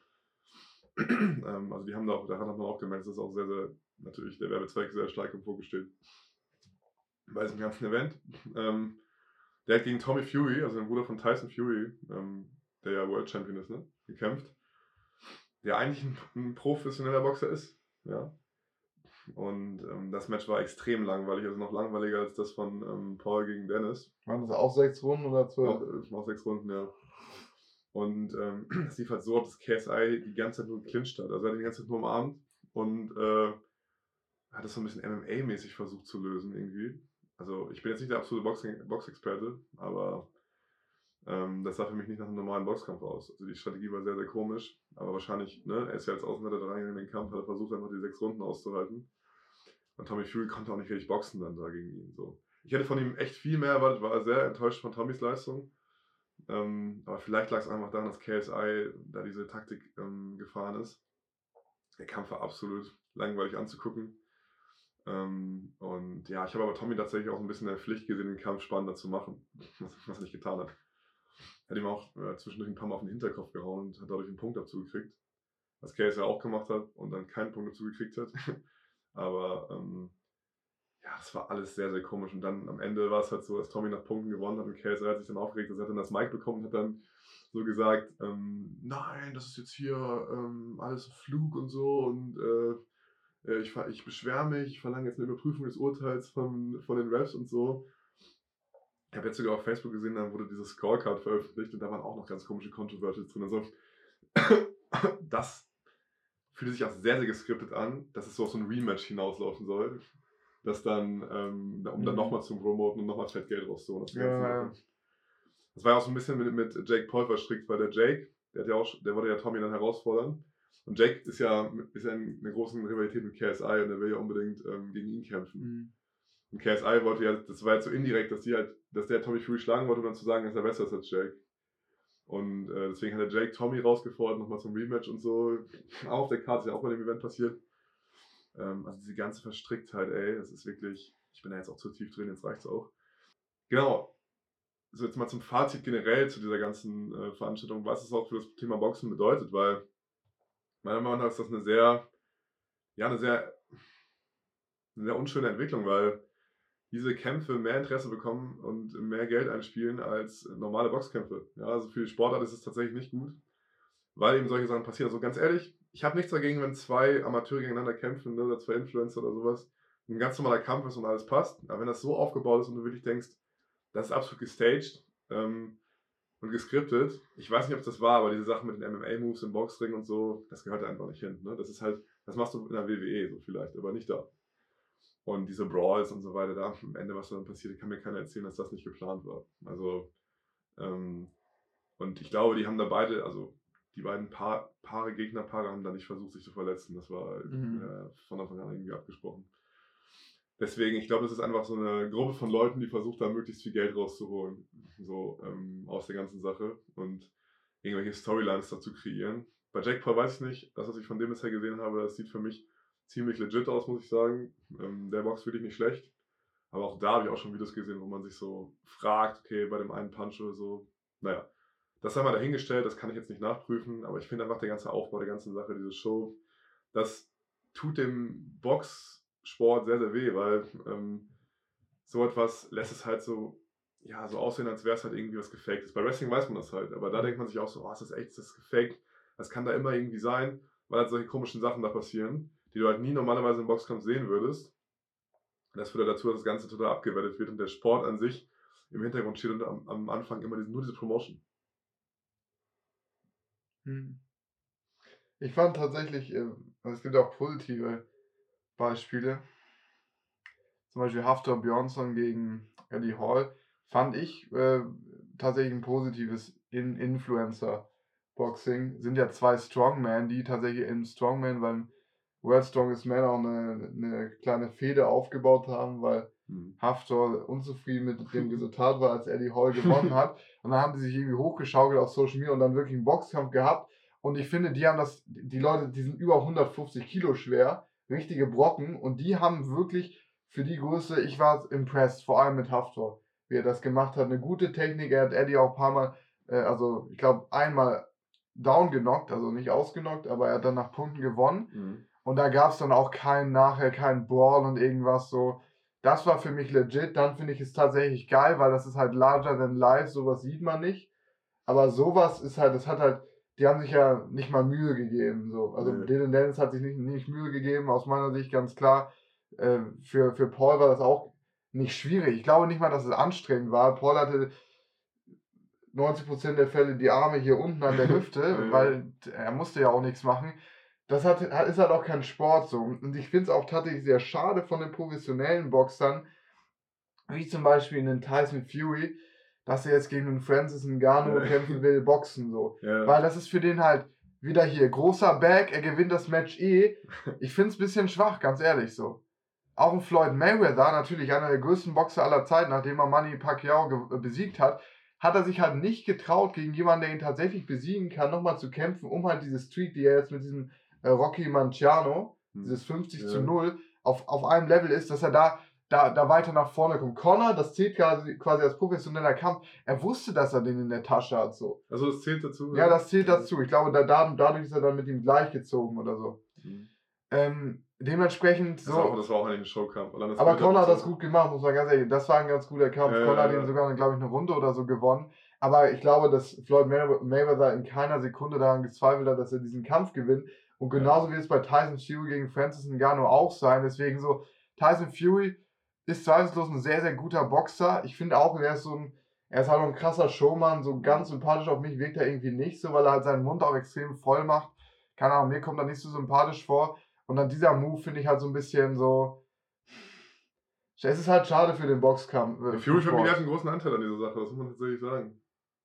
B: ähm, also die haben da auch, da hat man auch gemerkt, dass das auch sehr, sehr, natürlich der Werbezweck sehr stark im Fokus steht. Bei diesem ganzen Event. Ähm, der hat gegen Tommy Fury, also den Bruder von Tyson Fury, ähm, der ja World Champion ist, ne, gekämpft. Der eigentlich ein, ein professioneller Boxer ist, ja. Und ähm, das Match war extrem langweilig, also noch langweiliger als das von ähm, Paul gegen Dennis.
A: waren das auch sechs Runden oder zwölf?
B: Auch, äh, auch sechs Runden, ja. Und ähm, es lief halt so ab, dass K S I die ganze Zeit nur geclincht hat. Also er hat ihn die ganze Zeit nur umarmt und äh, hat das so ein bisschen M M A-mäßig versucht zu lösen irgendwie. Also ich bin jetzt nicht der absolute Boxing- Boxexperte, aber ähm, das sah für mich nicht nach einem normalen Boxkampf aus. Also die Strategie war sehr, sehr komisch, aber wahrscheinlich, ne, er ist ja als Außenseiter da reingegangen in den Kampf, hat er versucht einfach die sechs Runden auszuhalten. Und Tommy Fury konnte auch nicht richtig boxen dann da gegen ihn. So. Ich hätte von ihm echt viel mehr erwartet, war sehr enttäuscht von Tommys Leistung. Ähm, aber vielleicht lag es einfach daran, dass K S I da diese Taktik ähm, gefahren ist. Der Kampf war absolut langweilig anzugucken. Ähm, und ja, ich habe aber Tommy tatsächlich auch ein bisschen in der Pflicht gesehen, den Kampf spannender zu machen, was, was er nicht getan hat. Er hat ihm auch äh, zwischendurch ein paar Mal auf den Hinterkopf gehauen und hat dadurch einen Punkt dazu gekriegt. Was K S I auch gemacht hat und dann keinen Punkt dazu gekriegt hat. aber ähm, ja, das war alles sehr, sehr komisch. Und dann am Ende war es halt so, dass Tommy nach Punkten gewonnen hat und K S I hat sich dann aufgeregt, dass er dann das Mic bekommen und hat dann so gesagt, ähm, nein, das ist jetzt hier ähm, alles ein Flug und so und äh, ich, ich beschwere mich, ich verlange jetzt eine Überprüfung des Urteils von, von den Refs und so. Ich habe jetzt sogar auf Facebook gesehen, dann wurde dieses Scorecard veröffentlicht und da waren auch noch ganz komische Controversies drin. Also das fühlt sich auch sehr, sehr geskriptet an, dass es so auf so ein Rematch hinauslaufen soll. Das dann, ähm, um dann
A: Mhm.
B: nochmal zu promoten und nochmal fett Geld rauszuholen. Das,
A: Ja.
B: das war ja auch so ein bisschen mit, mit Jake Paul verstrickt, weil der Jake, der, hat ja auch, der wollte ja Tommy dann herausfordern. Und Jake ist ja, ist ja in einer großen Rivalität mit K S I und der will ja unbedingt ähm, gegen ihn kämpfen.
A: Mhm.
B: Und K S I wollte ja, das war jetzt so indirekt, dass die halt, dass der Tommy Fury schlagen wollte, um dann zu sagen, dass er besser ist als Jake. Und äh, deswegen hat der Jake Tommy rausgefordert, nochmal zum Rematch und so. Auch auf der Karte ist ja auch bei dem Event passiert. Ähm, also diese ganze Verstricktheit, ey, das ist wirklich, ich bin da jetzt auch zu tief drin, jetzt reicht's auch. Genau. So jetzt mal zum Fazit generell zu dieser ganzen äh, Veranstaltung, was es auch für das Thema Boxen bedeutet, weil meiner Meinung nach ist das eine sehr, ja, eine sehr, eine sehr unschöne Entwicklung, weil diese Kämpfe mehr Interesse bekommen und mehr Geld einspielen als normale Boxkämpfe. Ja, also für die Sportart ist es tatsächlich nicht gut, weil eben solche Sachen passieren. Also ganz ehrlich, ich habe nichts dagegen, wenn zwei Amateure gegeneinander kämpfen, ne, oder zwei Influencer oder sowas. Ein ganz normaler Kampf ist und alles passt. Aber wenn das so aufgebaut ist und du wirklich denkst, das ist absolut gestaged ähm, und geskriptet, ich weiß nicht, ob es das war, aber diese Sachen mit den M M A-Moves im Boxring und so, das gehört da einfach nicht hin. Ne? Das ist halt, das machst du in der W W E so vielleicht, aber nicht da. Und diese Brawls und so weiter, da am Ende, was dann passiert, kann mir keiner erzählen, dass das nicht geplant war. Also, ähm, und ich glaube, die haben da beide, also die beiden Paar, Paare, Gegnerpaare haben da nicht versucht, sich zu verletzen. Das war
A: Mhm.
B: äh, von Anfang an irgendwie abgesprochen. Deswegen, ich glaube, das ist einfach so eine Gruppe von Leuten, die versucht, da möglichst viel Geld rauszuholen, so ähm, aus der ganzen Sache und irgendwelche Storylines dazu kreieren. Bei Jake Paul weiß ich nicht, das, was ich von dem bisher gesehen habe, das sieht für mich ziemlich legit aus, muss ich sagen. Ähm, der boxt wirklich nicht schlecht. Aber auch da habe ich auch schon Videos gesehen, wo man sich so fragt, okay, bei dem einen Punch oder so, naja, das sei mal dahingestellt, das kann ich jetzt nicht nachprüfen, aber ich finde einfach der ganze Aufbau der ganzen Sache, diese Show, das tut dem Boxsport sehr, sehr weh, weil ähm, so etwas lässt es halt so, ja, so aussehen, als wäre es halt irgendwie was Gefaktes. Bei Wrestling weiß man das halt, aber da denkt man sich auch so, oh, ist das echt, ist das gefaked? Das kann da immer irgendwie sein, weil halt solche komischen Sachen da passieren, die du halt nie normalerweise im Boxkampf sehen würdest. Das führt dazu, dass das Ganze total abgewertet wird und der Sport an sich im Hintergrund steht und am, am Anfang immer diese, nur diese Promotion.
A: Hm. Ich fand tatsächlich, äh, also es gibt auch positive Beispiele. Zum Beispiel Hafthor Björnsson gegen Eddie Hall. Fand ich äh, tatsächlich ein positives In Influencer-Boxing. Sind ja zwei Strongmen, die tatsächlich im Strongman beim World Strongest Man auch eine, eine kleine Fehde aufgebaut haben, weil
B: Hm.
A: Hafthor unzufrieden mit dem Resultat war, als Eddie Hall gewonnen hat. Und dann haben die sich irgendwie hochgeschaukelt auf Social Media und dann wirklich einen Boxkampf gehabt. Und ich finde, die haben das, die Leute, die sind über hundertfünfzig Kilo schwer, richtige Brocken. Und die haben wirklich für die Größe, ich war impressed, vor allem mit Hafthor, wie er das gemacht hat. Eine gute Technik, er hat Eddie auch ein paar Mal, äh, also ich glaube einmal down genockt, also nicht ausgenockt, aber er hat dann nach Punkten gewonnen.
B: Mhm.
A: Und da gab es dann auch keinen nachher, keinen Brawl und irgendwas so. Das war für mich legit. Dann finde ich es tatsächlich geil, weil das ist halt larger than life, sowas sieht man nicht. Aber sowas ist halt, das hat halt, die haben sich ja nicht mal Mühe gegeben. So. Also
B: Nee.
A: Dylan Dennis hat sich nicht, nicht Mühe gegeben, aus meiner Sicht ganz klar. Äh, für, für Paul war das auch nicht schwierig. Ich glaube nicht mal, dass es anstrengend war. Paul hatte neunzig Prozent der Fälle die Arme hier unten an der Hüfte,
B: Ja.
A: weil er musste ja auch nichts machen. Das hat, ist halt auch kein Sport so. Und ich finde es auch tatsächlich sehr schade von den professionellen Boxern, wie zum Beispiel in den Tyson Fury, dass er jetzt gegen den Francis Ngannou
B: Ja.
A: kämpfen will, boxen so.
B: Ja.
A: Weil das ist für den halt wieder hier großer Bag, er gewinnt das Match eh. Ich finde es ein bisschen schwach, ganz ehrlich so. Auch ein Floyd Mayweather, natürlich einer der größten Boxer aller Zeiten, nachdem er Manny Pacquiao ge- besiegt hat, hat er sich halt nicht getraut, gegen jemanden, der ihn tatsächlich besiegen kann, nochmal zu kämpfen, um halt diese Streak, die er jetzt mit diesem äh, Rocky Manciano,
B: Hm.
A: dieses fünfzig
B: Ja.
A: zu null, auf, auf einem Level ist, dass er da, da, da weiter nach vorne kommt. Conor, das zählt quasi, quasi als professioneller Kampf, er wusste, dass er den in der Tasche hat, so.
B: Also das zählt dazu?
A: Ja, das zählt dazu. Ich glaube, da, da, dadurch ist er dann mit ihm gleichgezogen oder so.
B: Mhm.
A: Ähm, dementsprechend
B: Das, war auch,
A: so.
B: das war auch eigentlich ein Showkampf. Und dann das
A: Aber
B: Bild
A: Conor hat
B: so-
A: das gut gemacht, muss man ganz ehrlich. Das war ein ganz guter Kampf.
B: Ja,
A: Conor
B: ja,
A: hat
B: ja.
A: ihn sogar, glaube ich, eine Runde oder so gewonnen. Aber ich glaube, dass Floyd May- Mayweather in keiner Sekunde daran gezweifelt hat, dass er diesen Kampf gewinnt. Und genauso wird es bei Tyson Fury gegen Francis Ngannou auch sein. Deswegen so, Tyson Fury ist zweifellos ein sehr, sehr guter Boxer. Ich finde auch, er ist so ein, er ist halt auch ein krasser Showman. So ganz sympathisch auf mich wirkt er irgendwie nicht so, weil er halt seinen Mund auch extrem voll macht. Keine Ahnung, mir kommt er nicht so sympathisch vor. Und dann dieser Move finde ich halt so ein bisschen so. Es ist halt schade für den Boxkampf. äh,
B: Die Fury
A: Sport.
B: Family hat einen großen Anteil an dieser Sache, das muss man tatsächlich sagen.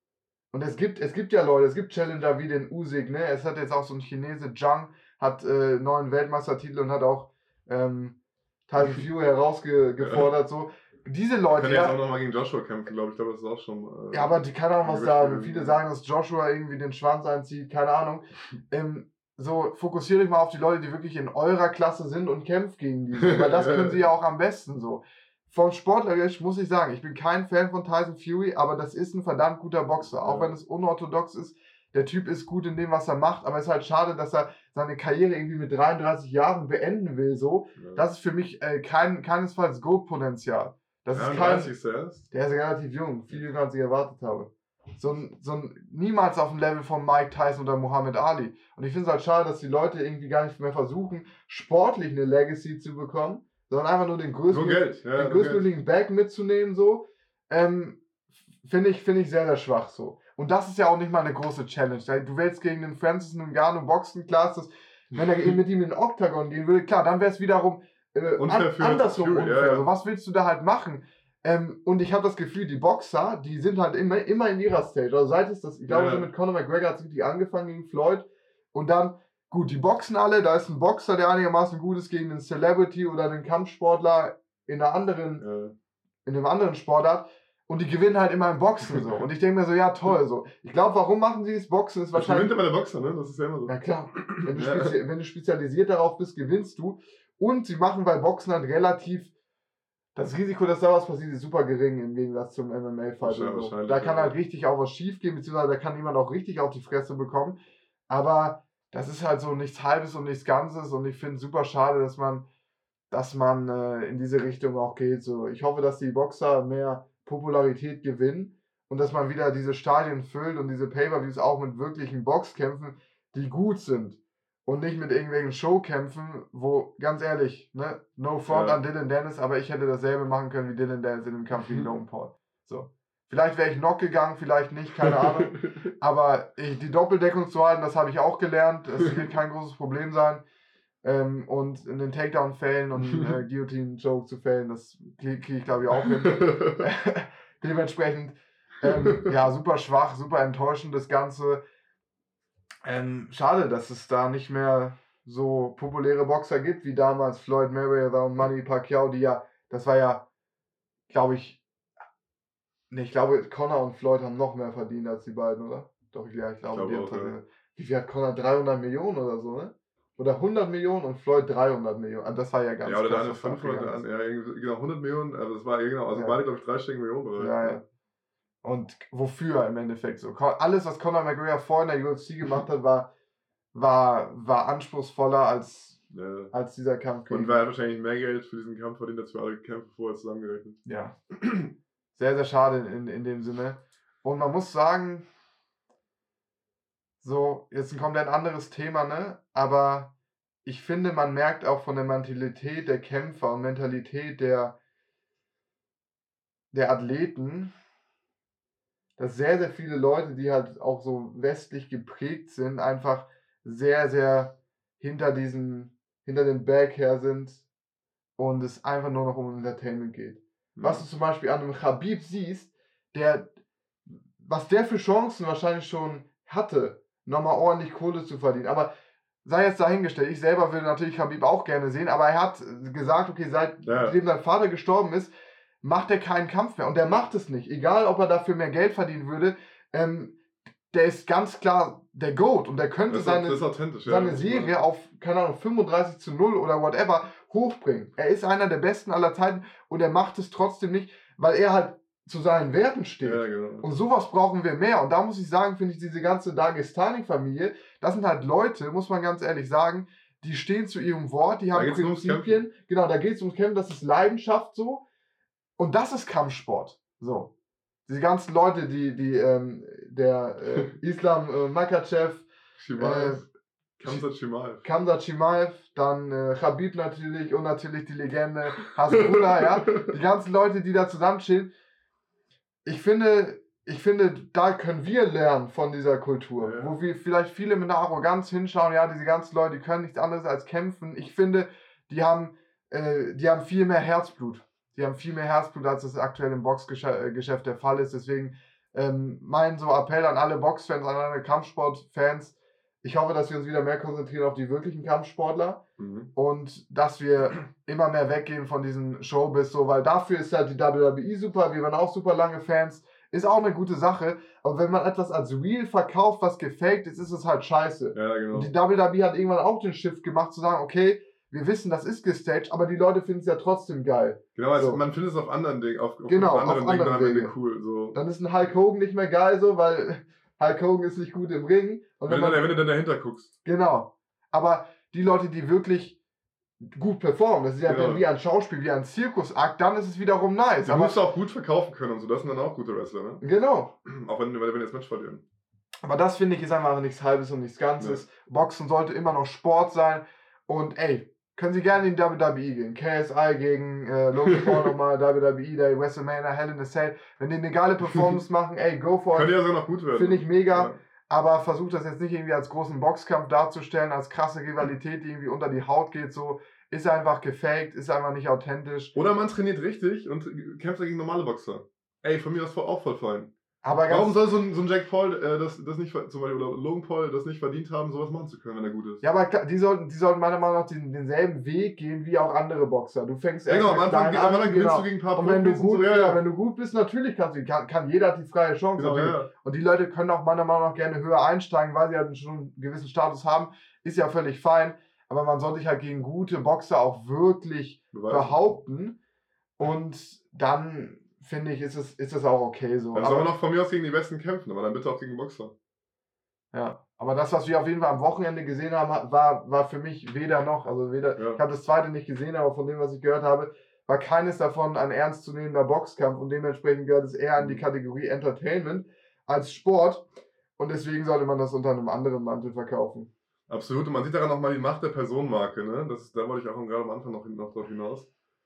A: Und es gibt, es gibt ja Leute, es gibt Challenger wie den Usyk, ne? Es hat jetzt auch so ein Chinese, Zhang, hat äh, neuen Weltmeistertitel und hat auch ähm, Tyson Fury herausgefordert. So. Diese Leute,
B: Kann ja jetzt
A: ja,
B: auch nochmal gegen Joshua kämpfen, glaube ich. Ich glaube, das ist auch schon. Äh,
A: ja, aber die keine Ahnung, was
B: Ja,
A: da.
B: richtig.
A: Viele sagen, dass Joshua irgendwie den Schwanz einzieht, keine Ahnung. Ähm, so, fokussiert euch mal auf die Leute, die wirklich in eurer Klasse sind und kämpft gegen die. Weil das können sie ja auch am besten so. Vom Sportlerisch muss ich sagen, ich bin kein Fan von Tyson Fury, aber das ist ein verdammt guter Boxer. Auch
B: Ja.
A: wenn es unorthodox ist. Der Typ ist gut in dem, was er macht, aber es ist halt schade, dass er seine Karriere irgendwie mit dreiunddreißig Jahren beenden will. So,
B: ja.
A: das ist für mich äh, kein, keinesfalls Goat-Potenzial. Das ist kein,
B: dreiunddreißig ist er erst.
A: der ist relativ jung, viel jünger als ich erwartet habe. So ein, so ein, niemals auf dem Level von Mike Tyson oder Muhammad Ali. Und ich finde es halt schade, dass die Leute irgendwie gar nicht mehr versuchen, sportlich eine Legacy zu bekommen, sondern einfach nur den
B: Nur
A: größten,
B: Geld. Ja,
A: den
B: nur Geld.
A: größtmöglichen Bag mitzunehmen, so. Ähm, finde ich, finde ich sehr, sehr schwach so. Und das ist ja auch nicht mal eine große Challenge. Du willst gegen den Francis Ngannou boxen, klar ist das, wenn er eben mit ihm in den Oktagon gehen würde, klar, dann wäre es wiederum äh,
B: Unfair
A: an,
B: für
A: andersrum
B: Fury,
A: unfair.
B: ja, ja.
A: So, was willst du da halt machen? Ähm, und ich habe das Gefühl, die Boxer, die sind halt immer, immer in ihrer Stage. Also seit es das, ich glaube,
B: Ja.
A: so mit Conor McGregor hat es richtig angefangen gegen Floyd. Und dann, gut, die boxen alle, da ist ein Boxer, der einigermaßen gut ist gegen einen Celebrity oder einen Kampfsportler in einer anderen,
B: Ja.
A: in einem anderen Sportart. Und die gewinnen halt immer im Boxen so. Und ich denke mir so, ja toll so. Ich glaube, warum machen sie das? Boxen ist
B: Das
A: wahrscheinlich.
B: gewinnt immer der Boxer, ne? Das ist ja immer so.
A: Ja klar, wenn du,
B: Ja.
A: spezi wenn du spezialisiert darauf bist, gewinnst du. Und sie machen bei Boxen halt relativ, das Risiko, dass da was passiert, ist super gering im Gegensatz zum M M A-Fight.
B: Wahrscheinlich,
A: So.
B: wahrscheinlich,
A: Da kann
B: ja.
A: halt richtig auch was schief gehen, beziehungsweise da kann jemand auch richtig auf die Fresse bekommen. Aber das ist halt so nichts Halbes und nichts Ganzes und ich finde es super schade, dass man, dass man äh, in diese Richtung auch geht. So. Ich hoffe, dass die Boxer mehr Popularität gewinnen und dass man wieder diese Stadien füllt und diese Pay-Per-Views auch mit wirklichen Boxkämpfen, die gut sind und nicht mit irgendwelchen Showkämpfen, wo, ganz ehrlich, ne, no front
B: Ja.
A: an Dylan Dennis, aber ich hätte dasselbe machen können wie Dylan Dennis in dem Kampf gegen Logan Paul. So. Vielleicht wäre ich knock gegangen, vielleicht nicht, keine Ahnung. Aber ich, die Doppeldeckung zu halten, das habe ich auch gelernt. Das wird kein großes Problem sein. Ähm, und in den Takedown-Fällen und äh, Guillotine-Joke zu fällen, das kriege krieg ich, glaube ich, auch hin. Dementsprechend, ähm, ja, super schwach, super enttäuschend das Ganze. Ähm, schade, dass es da nicht mehr so populäre Boxer gibt, wie damals Floyd Mayweather und Manny Pacquiao, die ja, das war ja, glaube ich, nee, ich glaube, Conor und Floyd haben noch mehr verdient als die beiden, oder? Doch, ja, ich glaube,
B: Ich
A: die
B: glaube
A: haben
B: auch, ja.
A: tatsächlich- Wie viel hat Conor? dreihundert Millionen oder so, ne? Oder hundert Millionen und Floyd dreihundert Millionen. Ah, das war ja ganz
B: Ja, oder der
A: krass,
B: eine
A: was da
B: fünfhundert, der
A: abgegangen
B: andere, ja, irgendwie, genau, hundert Millionen, aber das war ja genau, also
A: Ja.
B: beide, glaube ich, dreistelligen Millionen
A: ist.
B: Bereich.
A: Ja, ja. Und wofür im Endeffekt so? Con- Alles, was Conor McGregor vor in der U F C gemacht hat, war, war, war anspruchsvoller als,
B: Ja.
A: als dieser Kampf.
B: Und
A: gegen-
B: wer hat wahrscheinlich mehr Geld für diesen Kampf verdient, als für alle Kämpfe vorher zusammengerechnet.
A: Ja. Sehr, sehr schade in, in dem Sinne. Und man muss sagen, so, jetzt ein komplett anderes Thema, ne? Aber ich finde, man merkt auch von der Mentalität der Kämpfer und Mentalität der, der Athleten, dass sehr, sehr viele Leute, die halt auch so westlich geprägt sind, einfach sehr, sehr hinter diesem, hinter dem Berg her sind und es einfach nur noch um Entertainment geht. Was du zum Beispiel an einem Khabib siehst, der, was der für Chancen wahrscheinlich schon hatte, nochmal ordentlich Kohle zu verdienen. Aber sei jetzt dahingestellt, ich selber würde natürlich Khabib auch gerne sehen, aber er hat gesagt, okay, seitdem
B: Ja.
A: sein Vater gestorben ist, macht er keinen Kampf mehr. Und er macht es nicht. Egal, ob er dafür mehr Geld verdienen würde, ähm, der ist ganz klar der GOAT und der könnte
B: Das ist,
A: seine,
B: das ist authentisch, ja.
A: seine Serie auf, keine Ahnung, fünfunddreißig zu null oder whatever hochbringen. Er ist einer der besten aller Zeiten und er macht es trotzdem nicht, weil er halt zu seinen Werten steht.
B: Ja, genau.
A: Und sowas brauchen wir mehr. Und da muss ich sagen, finde ich diese ganze Dagestani-Familie, das sind halt Leute, muss man ganz ehrlich sagen, die stehen zu ihrem Wort, die
B: Da
A: haben
B: geht's nur ums
A: Prinzipien. Genau, da geht es ums Kämpfen, das ist Leidenschaft so. Und das ist Kampfsport. So. Diese ganzen Leute, die, die, ähm, der äh, Islam äh, Makhachev,
B: Chimaev. Khamzat Chimaev.
A: Khamzat Chimaev, dann äh, Khabib natürlich und natürlich die Legende Hasbulla, ja. Die ganzen Leute, die da zusammenstehen. Ich finde, ich finde, da können wir lernen von dieser Kultur,
B: Ja.
A: wo wir vielleicht viele mit einer Arroganz hinschauen, ja, diese ganzen Leute, die können nichts anderes als kämpfen. Ich finde, die haben, äh, die haben viel mehr Herzblut. Die haben viel mehr Herzblut, als das aktuell im Boxgeschäft der Fall ist. Deswegen ähm, mein so Appell an alle Boxfans, an alle Kampfsportfans. Ich hoffe, dass wir uns wieder mehr konzentrieren auf die wirklichen Kampfsportler
B: Mhm.
A: und dass wir immer mehr weggehen von diesem Showbiz, so, weil dafür ist halt die W W E super, wir waren auch super lange Fans, ist auch eine gute Sache, aber wenn man etwas als real verkauft, was gefaked ist, ist es halt scheiße.
B: Ja, genau.
A: Und die W W E hat irgendwann auch den Shift gemacht, zu sagen, okay, wir wissen, das ist gestaged, aber die Leute finden es ja trotzdem geil.
B: Genau, also
A: So.
B: man findet es auf anderen Dingen, auf, auf
A: Genau,
B: anderen
A: auf
B: Dingen
A: anderen
B: dann am Ende
A: Wege.
B: cool. So.
A: Dann ist ein Hulk Hogan nicht mehr geil, so, weil Hulk Hogan ist nicht gut im Ring. Und
B: Wenn,
A: wenn
B: du
A: man,
B: dann, wenn du dann dahinter guckst.
A: Genau. Aber die Leute, die wirklich gut performen, das ist ja
B: Genau.
A: dann wie ein Schauspiel, wie ein Zirkusakt, dann ist es wiederum nice.
B: Du
A: Aber,
B: musst auch gut verkaufen können und so, das sind dann auch gute Wrestler, ne?
A: genau.
B: Auch wenn, wenn wir jetzt Match verlieren.
A: Aber das finde ich ist einfach nichts Halbes und nichts Ganzes. Boxen sollte immer noch Sport sein. Und ey, können Sie gerne in die W W E gehen. K S I gegen äh, Logan Paul nochmal, W W E, der WrestleMania, Hell in a Cell. Wenn die eine geile Performance machen, ey, go for
B: Könnte
A: it.
B: ja sogar noch gut werden.
A: Finde ich mega.
B: Ja.
A: Aber versucht das jetzt nicht irgendwie als großen Boxkampf darzustellen, als krasse Rivalität, die irgendwie unter die Haut geht. So ist einfach gefaked, ist einfach nicht authentisch.
B: Oder man trainiert richtig und kämpft gegen normale Boxer. Ey, von mir aus voll- auch voll fein.
A: Aber
B: Warum
A: ganz,
B: soll so ein, so ein Jack Paul äh, das, das nicht, ver- zum Beispiel, oder Logan Paul das nicht verdient haben, sowas machen zu können, wenn er gut ist?
A: ja, aber klar, die sollten, die sollten meiner Meinung nach den, denselben Weg gehen wie auch andere Boxer. Du fängst
B: Ja,
A: erst
B: genau, am
A: mit
B: Anfang,
A: klein
B: am Anfang
A: an,
B: gewinnst
A: genau.
B: du gegen ein paar
A: Und wenn du
B: Profis und
A: gut,
B: so, ja,
A: ja,
B: ja.
A: wenn du gut bist, natürlich kannst du, kann, kann jeder hat die freie Chance.
B: Genau,
A: natürlich.
B: ja, ja.
A: Und die Leute können auch meiner Meinung nach gerne höher einsteigen, weil sie halt schon einen gewissen Status haben. Ist ja völlig fein. Aber man soll sich halt gegen gute Boxer auch wirklich
B: Beweisen.
A: behaupten. Und dann, finde ich, ist es, ist es auch okay so.
B: Dann soll man
A: Aber,
B: auch von mir aus gegen die Besten kämpfen, aber dann bitte auch gegen Boxer.
A: ja. Aber das, was wir auf jeden Fall am Wochenende gesehen haben, war, war für mich weder noch. Also weder,
B: Ja.
A: ich habe das zweite nicht gesehen, aber von dem, was ich gehört habe, war keines davon ein ernstzunehmender Boxkampf und dementsprechend gehört es eher an die Kategorie Entertainment als Sport und deswegen sollte man das unter einem anderen Mantel verkaufen.
B: Absolut, und man sieht daran auch mal die Macht der Personenmarke, ne? Das ist, da wollte ich auch gerade am Anfang noch, noch drauf hinaus.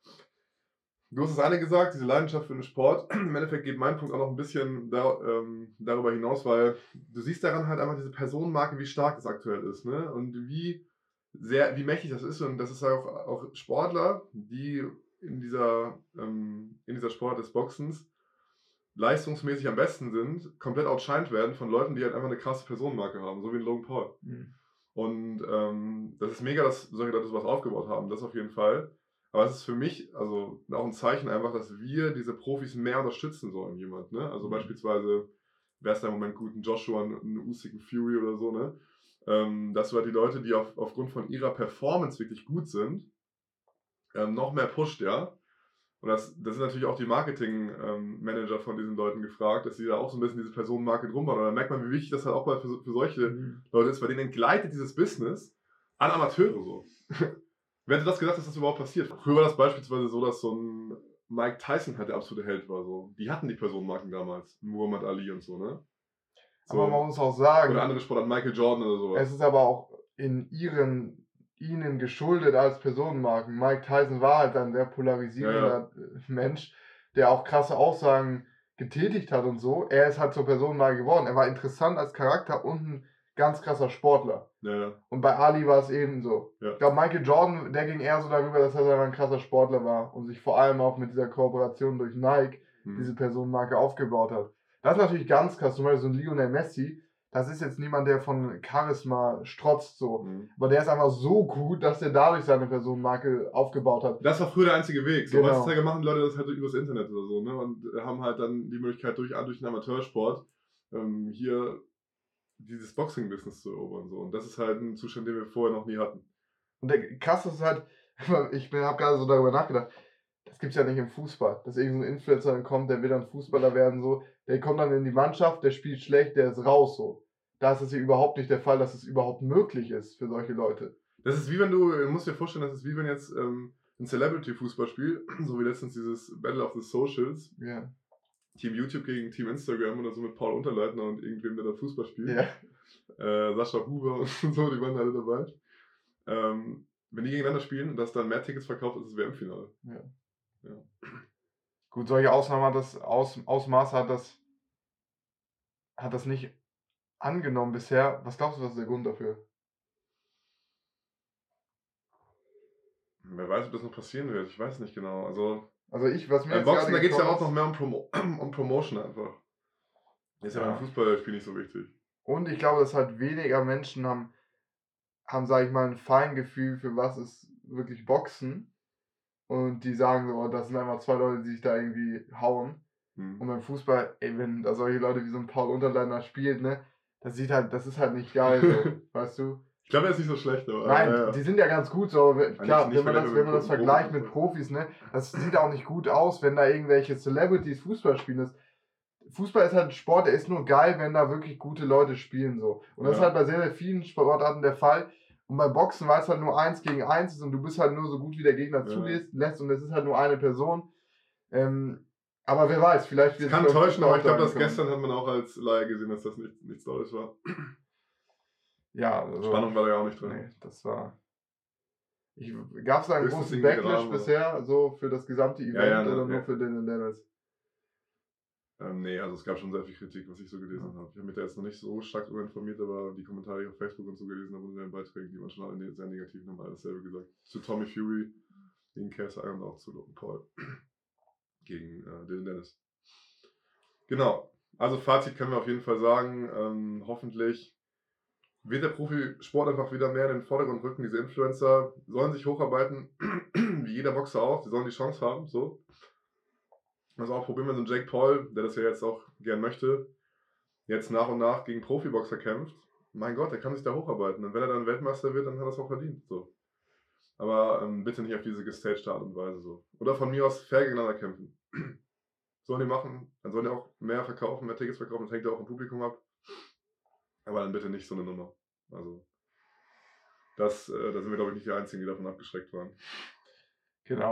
B: Du hast das eine gesagt, diese Leidenschaft für den Sport. Im Endeffekt geht mein Punkt auch noch ein bisschen da, ähm, darüber hinaus, weil du siehst daran halt einfach diese Personenmarke, wie stark das aktuell ist, ne? Und wie sehr, wie mächtig das ist. Und das ist auch, auch Sportler, die in dieser, ähm, in dieser Sport des Boxens leistungsmäßig am besten sind, komplett outshined werden von Leuten, die halt einfach eine krasse Personenmarke haben, so wie ein Logan Paul.
A: Mhm.
B: Und ähm, das ist mega, dass solche Leute sowas aufgebaut haben, das auf jeden Fall. Aber es ist für mich also auch ein Zeichen einfach, dass wir diese Profis mehr unterstützen sollen, jemand, ne? Also
A: Mhm.
B: beispielsweise, wer ist da im Moment gut, ein Joshua, ein Usyk, ein Fury oder so, ne? Ähm, dass du halt die Leute, die auf, aufgrund von ihrer Performance wirklich gut sind, ähm, noch mehr pusht, ja? Und das, das sind natürlich auch die Marketing-Manager ähm, von diesen Leuten gefragt, dass sie da auch so ein bisschen diese Personenmarke drum bauen. Und dann merkt man, wie wichtig das halt auch bei, für, für solche
A: Mhm.
B: Leute ist, weil denen entgleitet dieses Business an Amateure so. Wer hätte das gedacht, dass das überhaupt passiert? Früher war das beispielsweise so, dass so ein Mike Tyson halt der absolute Held war. So. Die hatten die Personenmarken damals. Muhammad Ali und so, ne? So.
A: Aber man muss auch sagen,
B: Oder andere Sportarten, Michael Jordan oder sowas.
A: es ist aber auch in ihren, ihnen geschuldet als Personenmarken. Mike Tyson war halt ein sehr polarisierender
B: Ja,
A: Mensch, der auch krasse Aussagen getätigt hat und so. Er ist halt zur Personenmarke geworden. Er war interessant als Charakter und ein ganz krasser Sportler.
B: Ja, ja.
A: Und bei Ali war es ebenso.
B: Ja.
A: Ich glaube, Michael Jordan, der ging eher so darüber, dass er selber ein krasser Sportler war und sich vor allem auch mit dieser Kooperation durch Nike
B: Hm.
A: diese Personenmarke aufgebaut hat. Das ist natürlich ganz krass, zum Beispiel so ein Lionel Messi, das ist jetzt niemand, der von Charisma strotzt so.
B: Hm.
A: Aber der ist einfach so gut, dass er dadurch seine Personenmarke aufgebaut hat.
B: Das war früher der einzige Weg. So,
A: Genau.
B: heutzutage machen die Leute das halt übers Internet oder so, ne? Und haben halt dann die Möglichkeit, durch, durch den Amateursport ähm, hier dieses Boxing-Business zu erobern. So. Und das ist halt ein Zustand, den wir vorher noch nie hatten.
A: Und der krass ist halt, ich habe gerade so darüber nachgedacht, das gibt's ja nicht im Fußball, dass irgendein so Influencer dann kommt, der will dann Fußballer werden, so, der kommt dann in die Mannschaft, der spielt schlecht, der ist raus, so. Da ist es ja überhaupt nicht der Fall, dass es überhaupt möglich ist für solche Leute.
B: Das ist wie wenn du, du musst dir vorstellen, das ist wie wenn jetzt ähm, ein Celebrity-Fußballspiel, so wie letztens dieses Battle of the Socials,
A: Ja.
B: Team YouTube gegen Team Instagram oder so mit Paul Unterleitner und irgendwem, der da Fußball spielt.
A: Ja.
B: Äh, Sascha Huber und so, die waren alle dabei. Ähm, wenn die gegeneinander spielen und das dann mehr Tickets verkauft, ist das W M-Finale.
A: Ja.
B: Ja.
A: Gut, solche Ausnahmen hat das, Aus, Ausmaße hat das, hat das nicht angenommen bisher. Was glaubst du, was ist der Grund dafür?
B: Wer weiß, ob das noch passieren wird. Ich weiß nicht genau. Also,
A: Also ich, was mir
B: beim
A: jetzt
B: Boxen,
A: gerade
B: da geht es ja
A: gekommen
B: auch noch
A: ist-
B: mehr um, Promo um Promotion einfach. Ist ja,
A: Ja.
B: beim Fußballspiel nicht so wichtig.
A: Und ich glaube, dass halt weniger Menschen haben, haben, sag ich mal, ein Feingefühl für was ist wirklich Boxen. Und die sagen so, oh, das sind einfach zwei Leute, die sich da irgendwie hauen.
B: Hm.
A: Und beim Fußball, ey, wenn da solche Leute wie so ein Paul Unterleitner spielt, ne, das sieht halt, das ist halt nicht geil, so, weißt du?
B: Ich glaube, er ist nicht so schlecht, aber.
A: Nein,
B: ja, ja.
A: die sind ja ganz gut, so, aber wenn- klar,
B: nicht
A: wenn man das,
B: vergleichbar
A: wenn man
B: mit
A: das
B: Profi-
A: vergleicht mit
B: Profifußball.
A: Profis, ne, das sieht auch nicht gut aus, wenn da irgendwelche Celebrities Fußball spielen. Das, Fußball ist halt ein Sport, der ist nur geil, wenn da wirklich gute Leute spielen, so. Und das
B: Ja.
A: ist halt bei sehr, sehr vielen Sportarten der Fall. Und beim Boxen, weil es halt nur eins gegen eins ist und du bist halt nur so gut, wie der Gegner
B: Ja.
A: zulässt lässt und es ist halt nur eine Person. Ähm, aber wer weiß, vielleicht
B: Es
A: wird
B: kann
A: beim
B: täuschen,
A: Fußball
B: aber ich glaube,
A: auch
B: das
A: sein können.
B: gestern hat man auch als Laie gesehen, dass das nicht, nichts Tolles war.
A: Ja, also,
B: Spannung war da ja auch nicht drin.
A: nee, das war. Gab es da einen
B: Höchstens
A: großen
B: irgendwie
A: Backlash
B: Drama.
A: bisher, so für das gesamte Event
B: ja, ne,
A: oder nur
B: ja.
A: für Dylan Dennis?
B: Ähm, nee, also es gab schon sehr viel Kritik, was ich so gelesen habe. Ich habe mich da jetzt noch nicht so stark darüber informiert, aber die Kommentare, die ich auf Facebook und so gelesen habe unter den Beiträgen, die waren schon alle sehr negativ, haben alle dasselbe gesagt. Zu Tommy Fury gegen Cass und auch zu Logan Paul gegen äh, Dylan Dennis. Genau, also Fazit können wir auf jeden Fall sagen, ähm, hoffentlich wird der Profisport einfach wieder mehr in den Vordergrund rücken. Diese Influencer sollen sich hocharbeiten, wie jeder Boxer auch, sie sollen die Chance haben, so. Also auch probieren wir so einen Jake Paul, der das ja jetzt auch gern möchte, jetzt nach und nach gegen Profiboxer kämpft. Mein Gott, der kann sich da hocharbeiten. Und wenn er dann Weltmeister wird, dann hat er es auch verdient. So. Aber ähm, bitte nicht auf diese gestagte Art und Weise. So. Oder von mir aus fair gegeneinander kämpfen. Sollen die machen, dann sollen die auch mehr verkaufen, mehr Tickets verkaufen, das hängt ja auch vom Publikum ab. Aber dann bitte nicht so eine Nummer. Also, das, äh, da sind wir, glaube ich, nicht die Einzigen, die davon abgeschreckt waren.
A: Genau.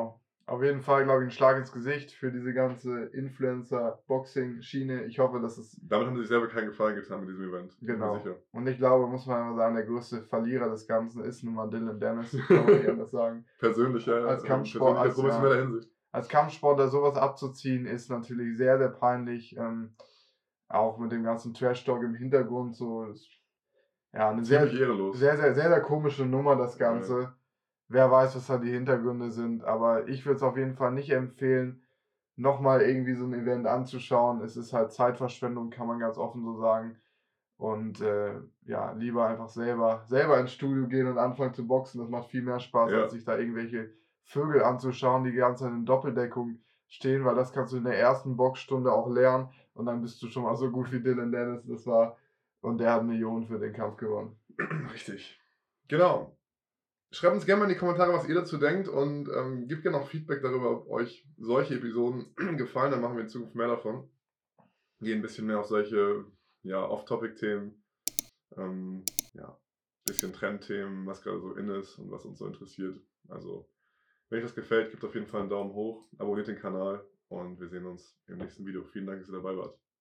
A: Auf jeden Fall, glaube ich, ein Schlag ins Gesicht für diese ganze Influencer-Boxing-Schiene. Ich hoffe, dass es
B: Damit haben sie sich selber keinen Gefallen getan mit diesem Event. Bin mir
A: genau.
B: sicher.
A: Und ich glaube, muss man immer sagen, der größte Verlierer des Ganzen ist nun mal Dylan Dennis. Kann man nicht anders sagen.
B: Persönlicher,
A: Als
B: äh,
A: Kampfsport,
B: persönlicher
A: als,
B: professioneller
A: ja.
B: Hinsicht.
A: Als Kampfsportler sowas abzuziehen, ist natürlich sehr, sehr peinlich. Ähm, auch mit dem ganzen Trash-Talk im Hintergrund. So, ist, ja, eine sehr,
B: Ziemlich ehrenlos.
A: sehr, sehr, sehr, sehr komische Nummer, das Ganze.
B: Ja.
A: Wer weiß, was da die Hintergründe sind. Aber ich würde es auf jeden Fall nicht empfehlen, nochmal irgendwie so ein Event anzuschauen. Es ist halt Zeitverschwendung, kann man ganz offen so sagen. Und äh, ja, lieber einfach selber, selber ins Studio gehen und anfangen zu boxen. Das macht viel mehr Spaß,
B: Ja.
A: als sich da irgendwelche Vögel anzuschauen, die die ganze Zeit in Doppeldeckung stehen, weil das kannst du in der ersten Boxstunde auch lernen und dann bist du schon mal so gut wie Dylan Dennis. Das war, und der hat Millionen für den Kampf gewonnen.
B: Richtig. Genau. Schreibt uns gerne mal in die Kommentare, was ihr dazu denkt und ähm, gebt gerne auch Feedback darüber, ob euch solche Episoden gefallen. Dann machen wir in Zukunft mehr davon. Gehen ein bisschen mehr auf solche ja, Off-Topic-Themen, ähm, ja, bisschen Trendthemen, was gerade so in ist und was uns so interessiert. Also, wenn euch das gefällt, gebt auf jeden Fall einen Daumen hoch, abonniert den Kanal und wir sehen uns im nächsten Video. Vielen Dank, dass ihr dabei wart.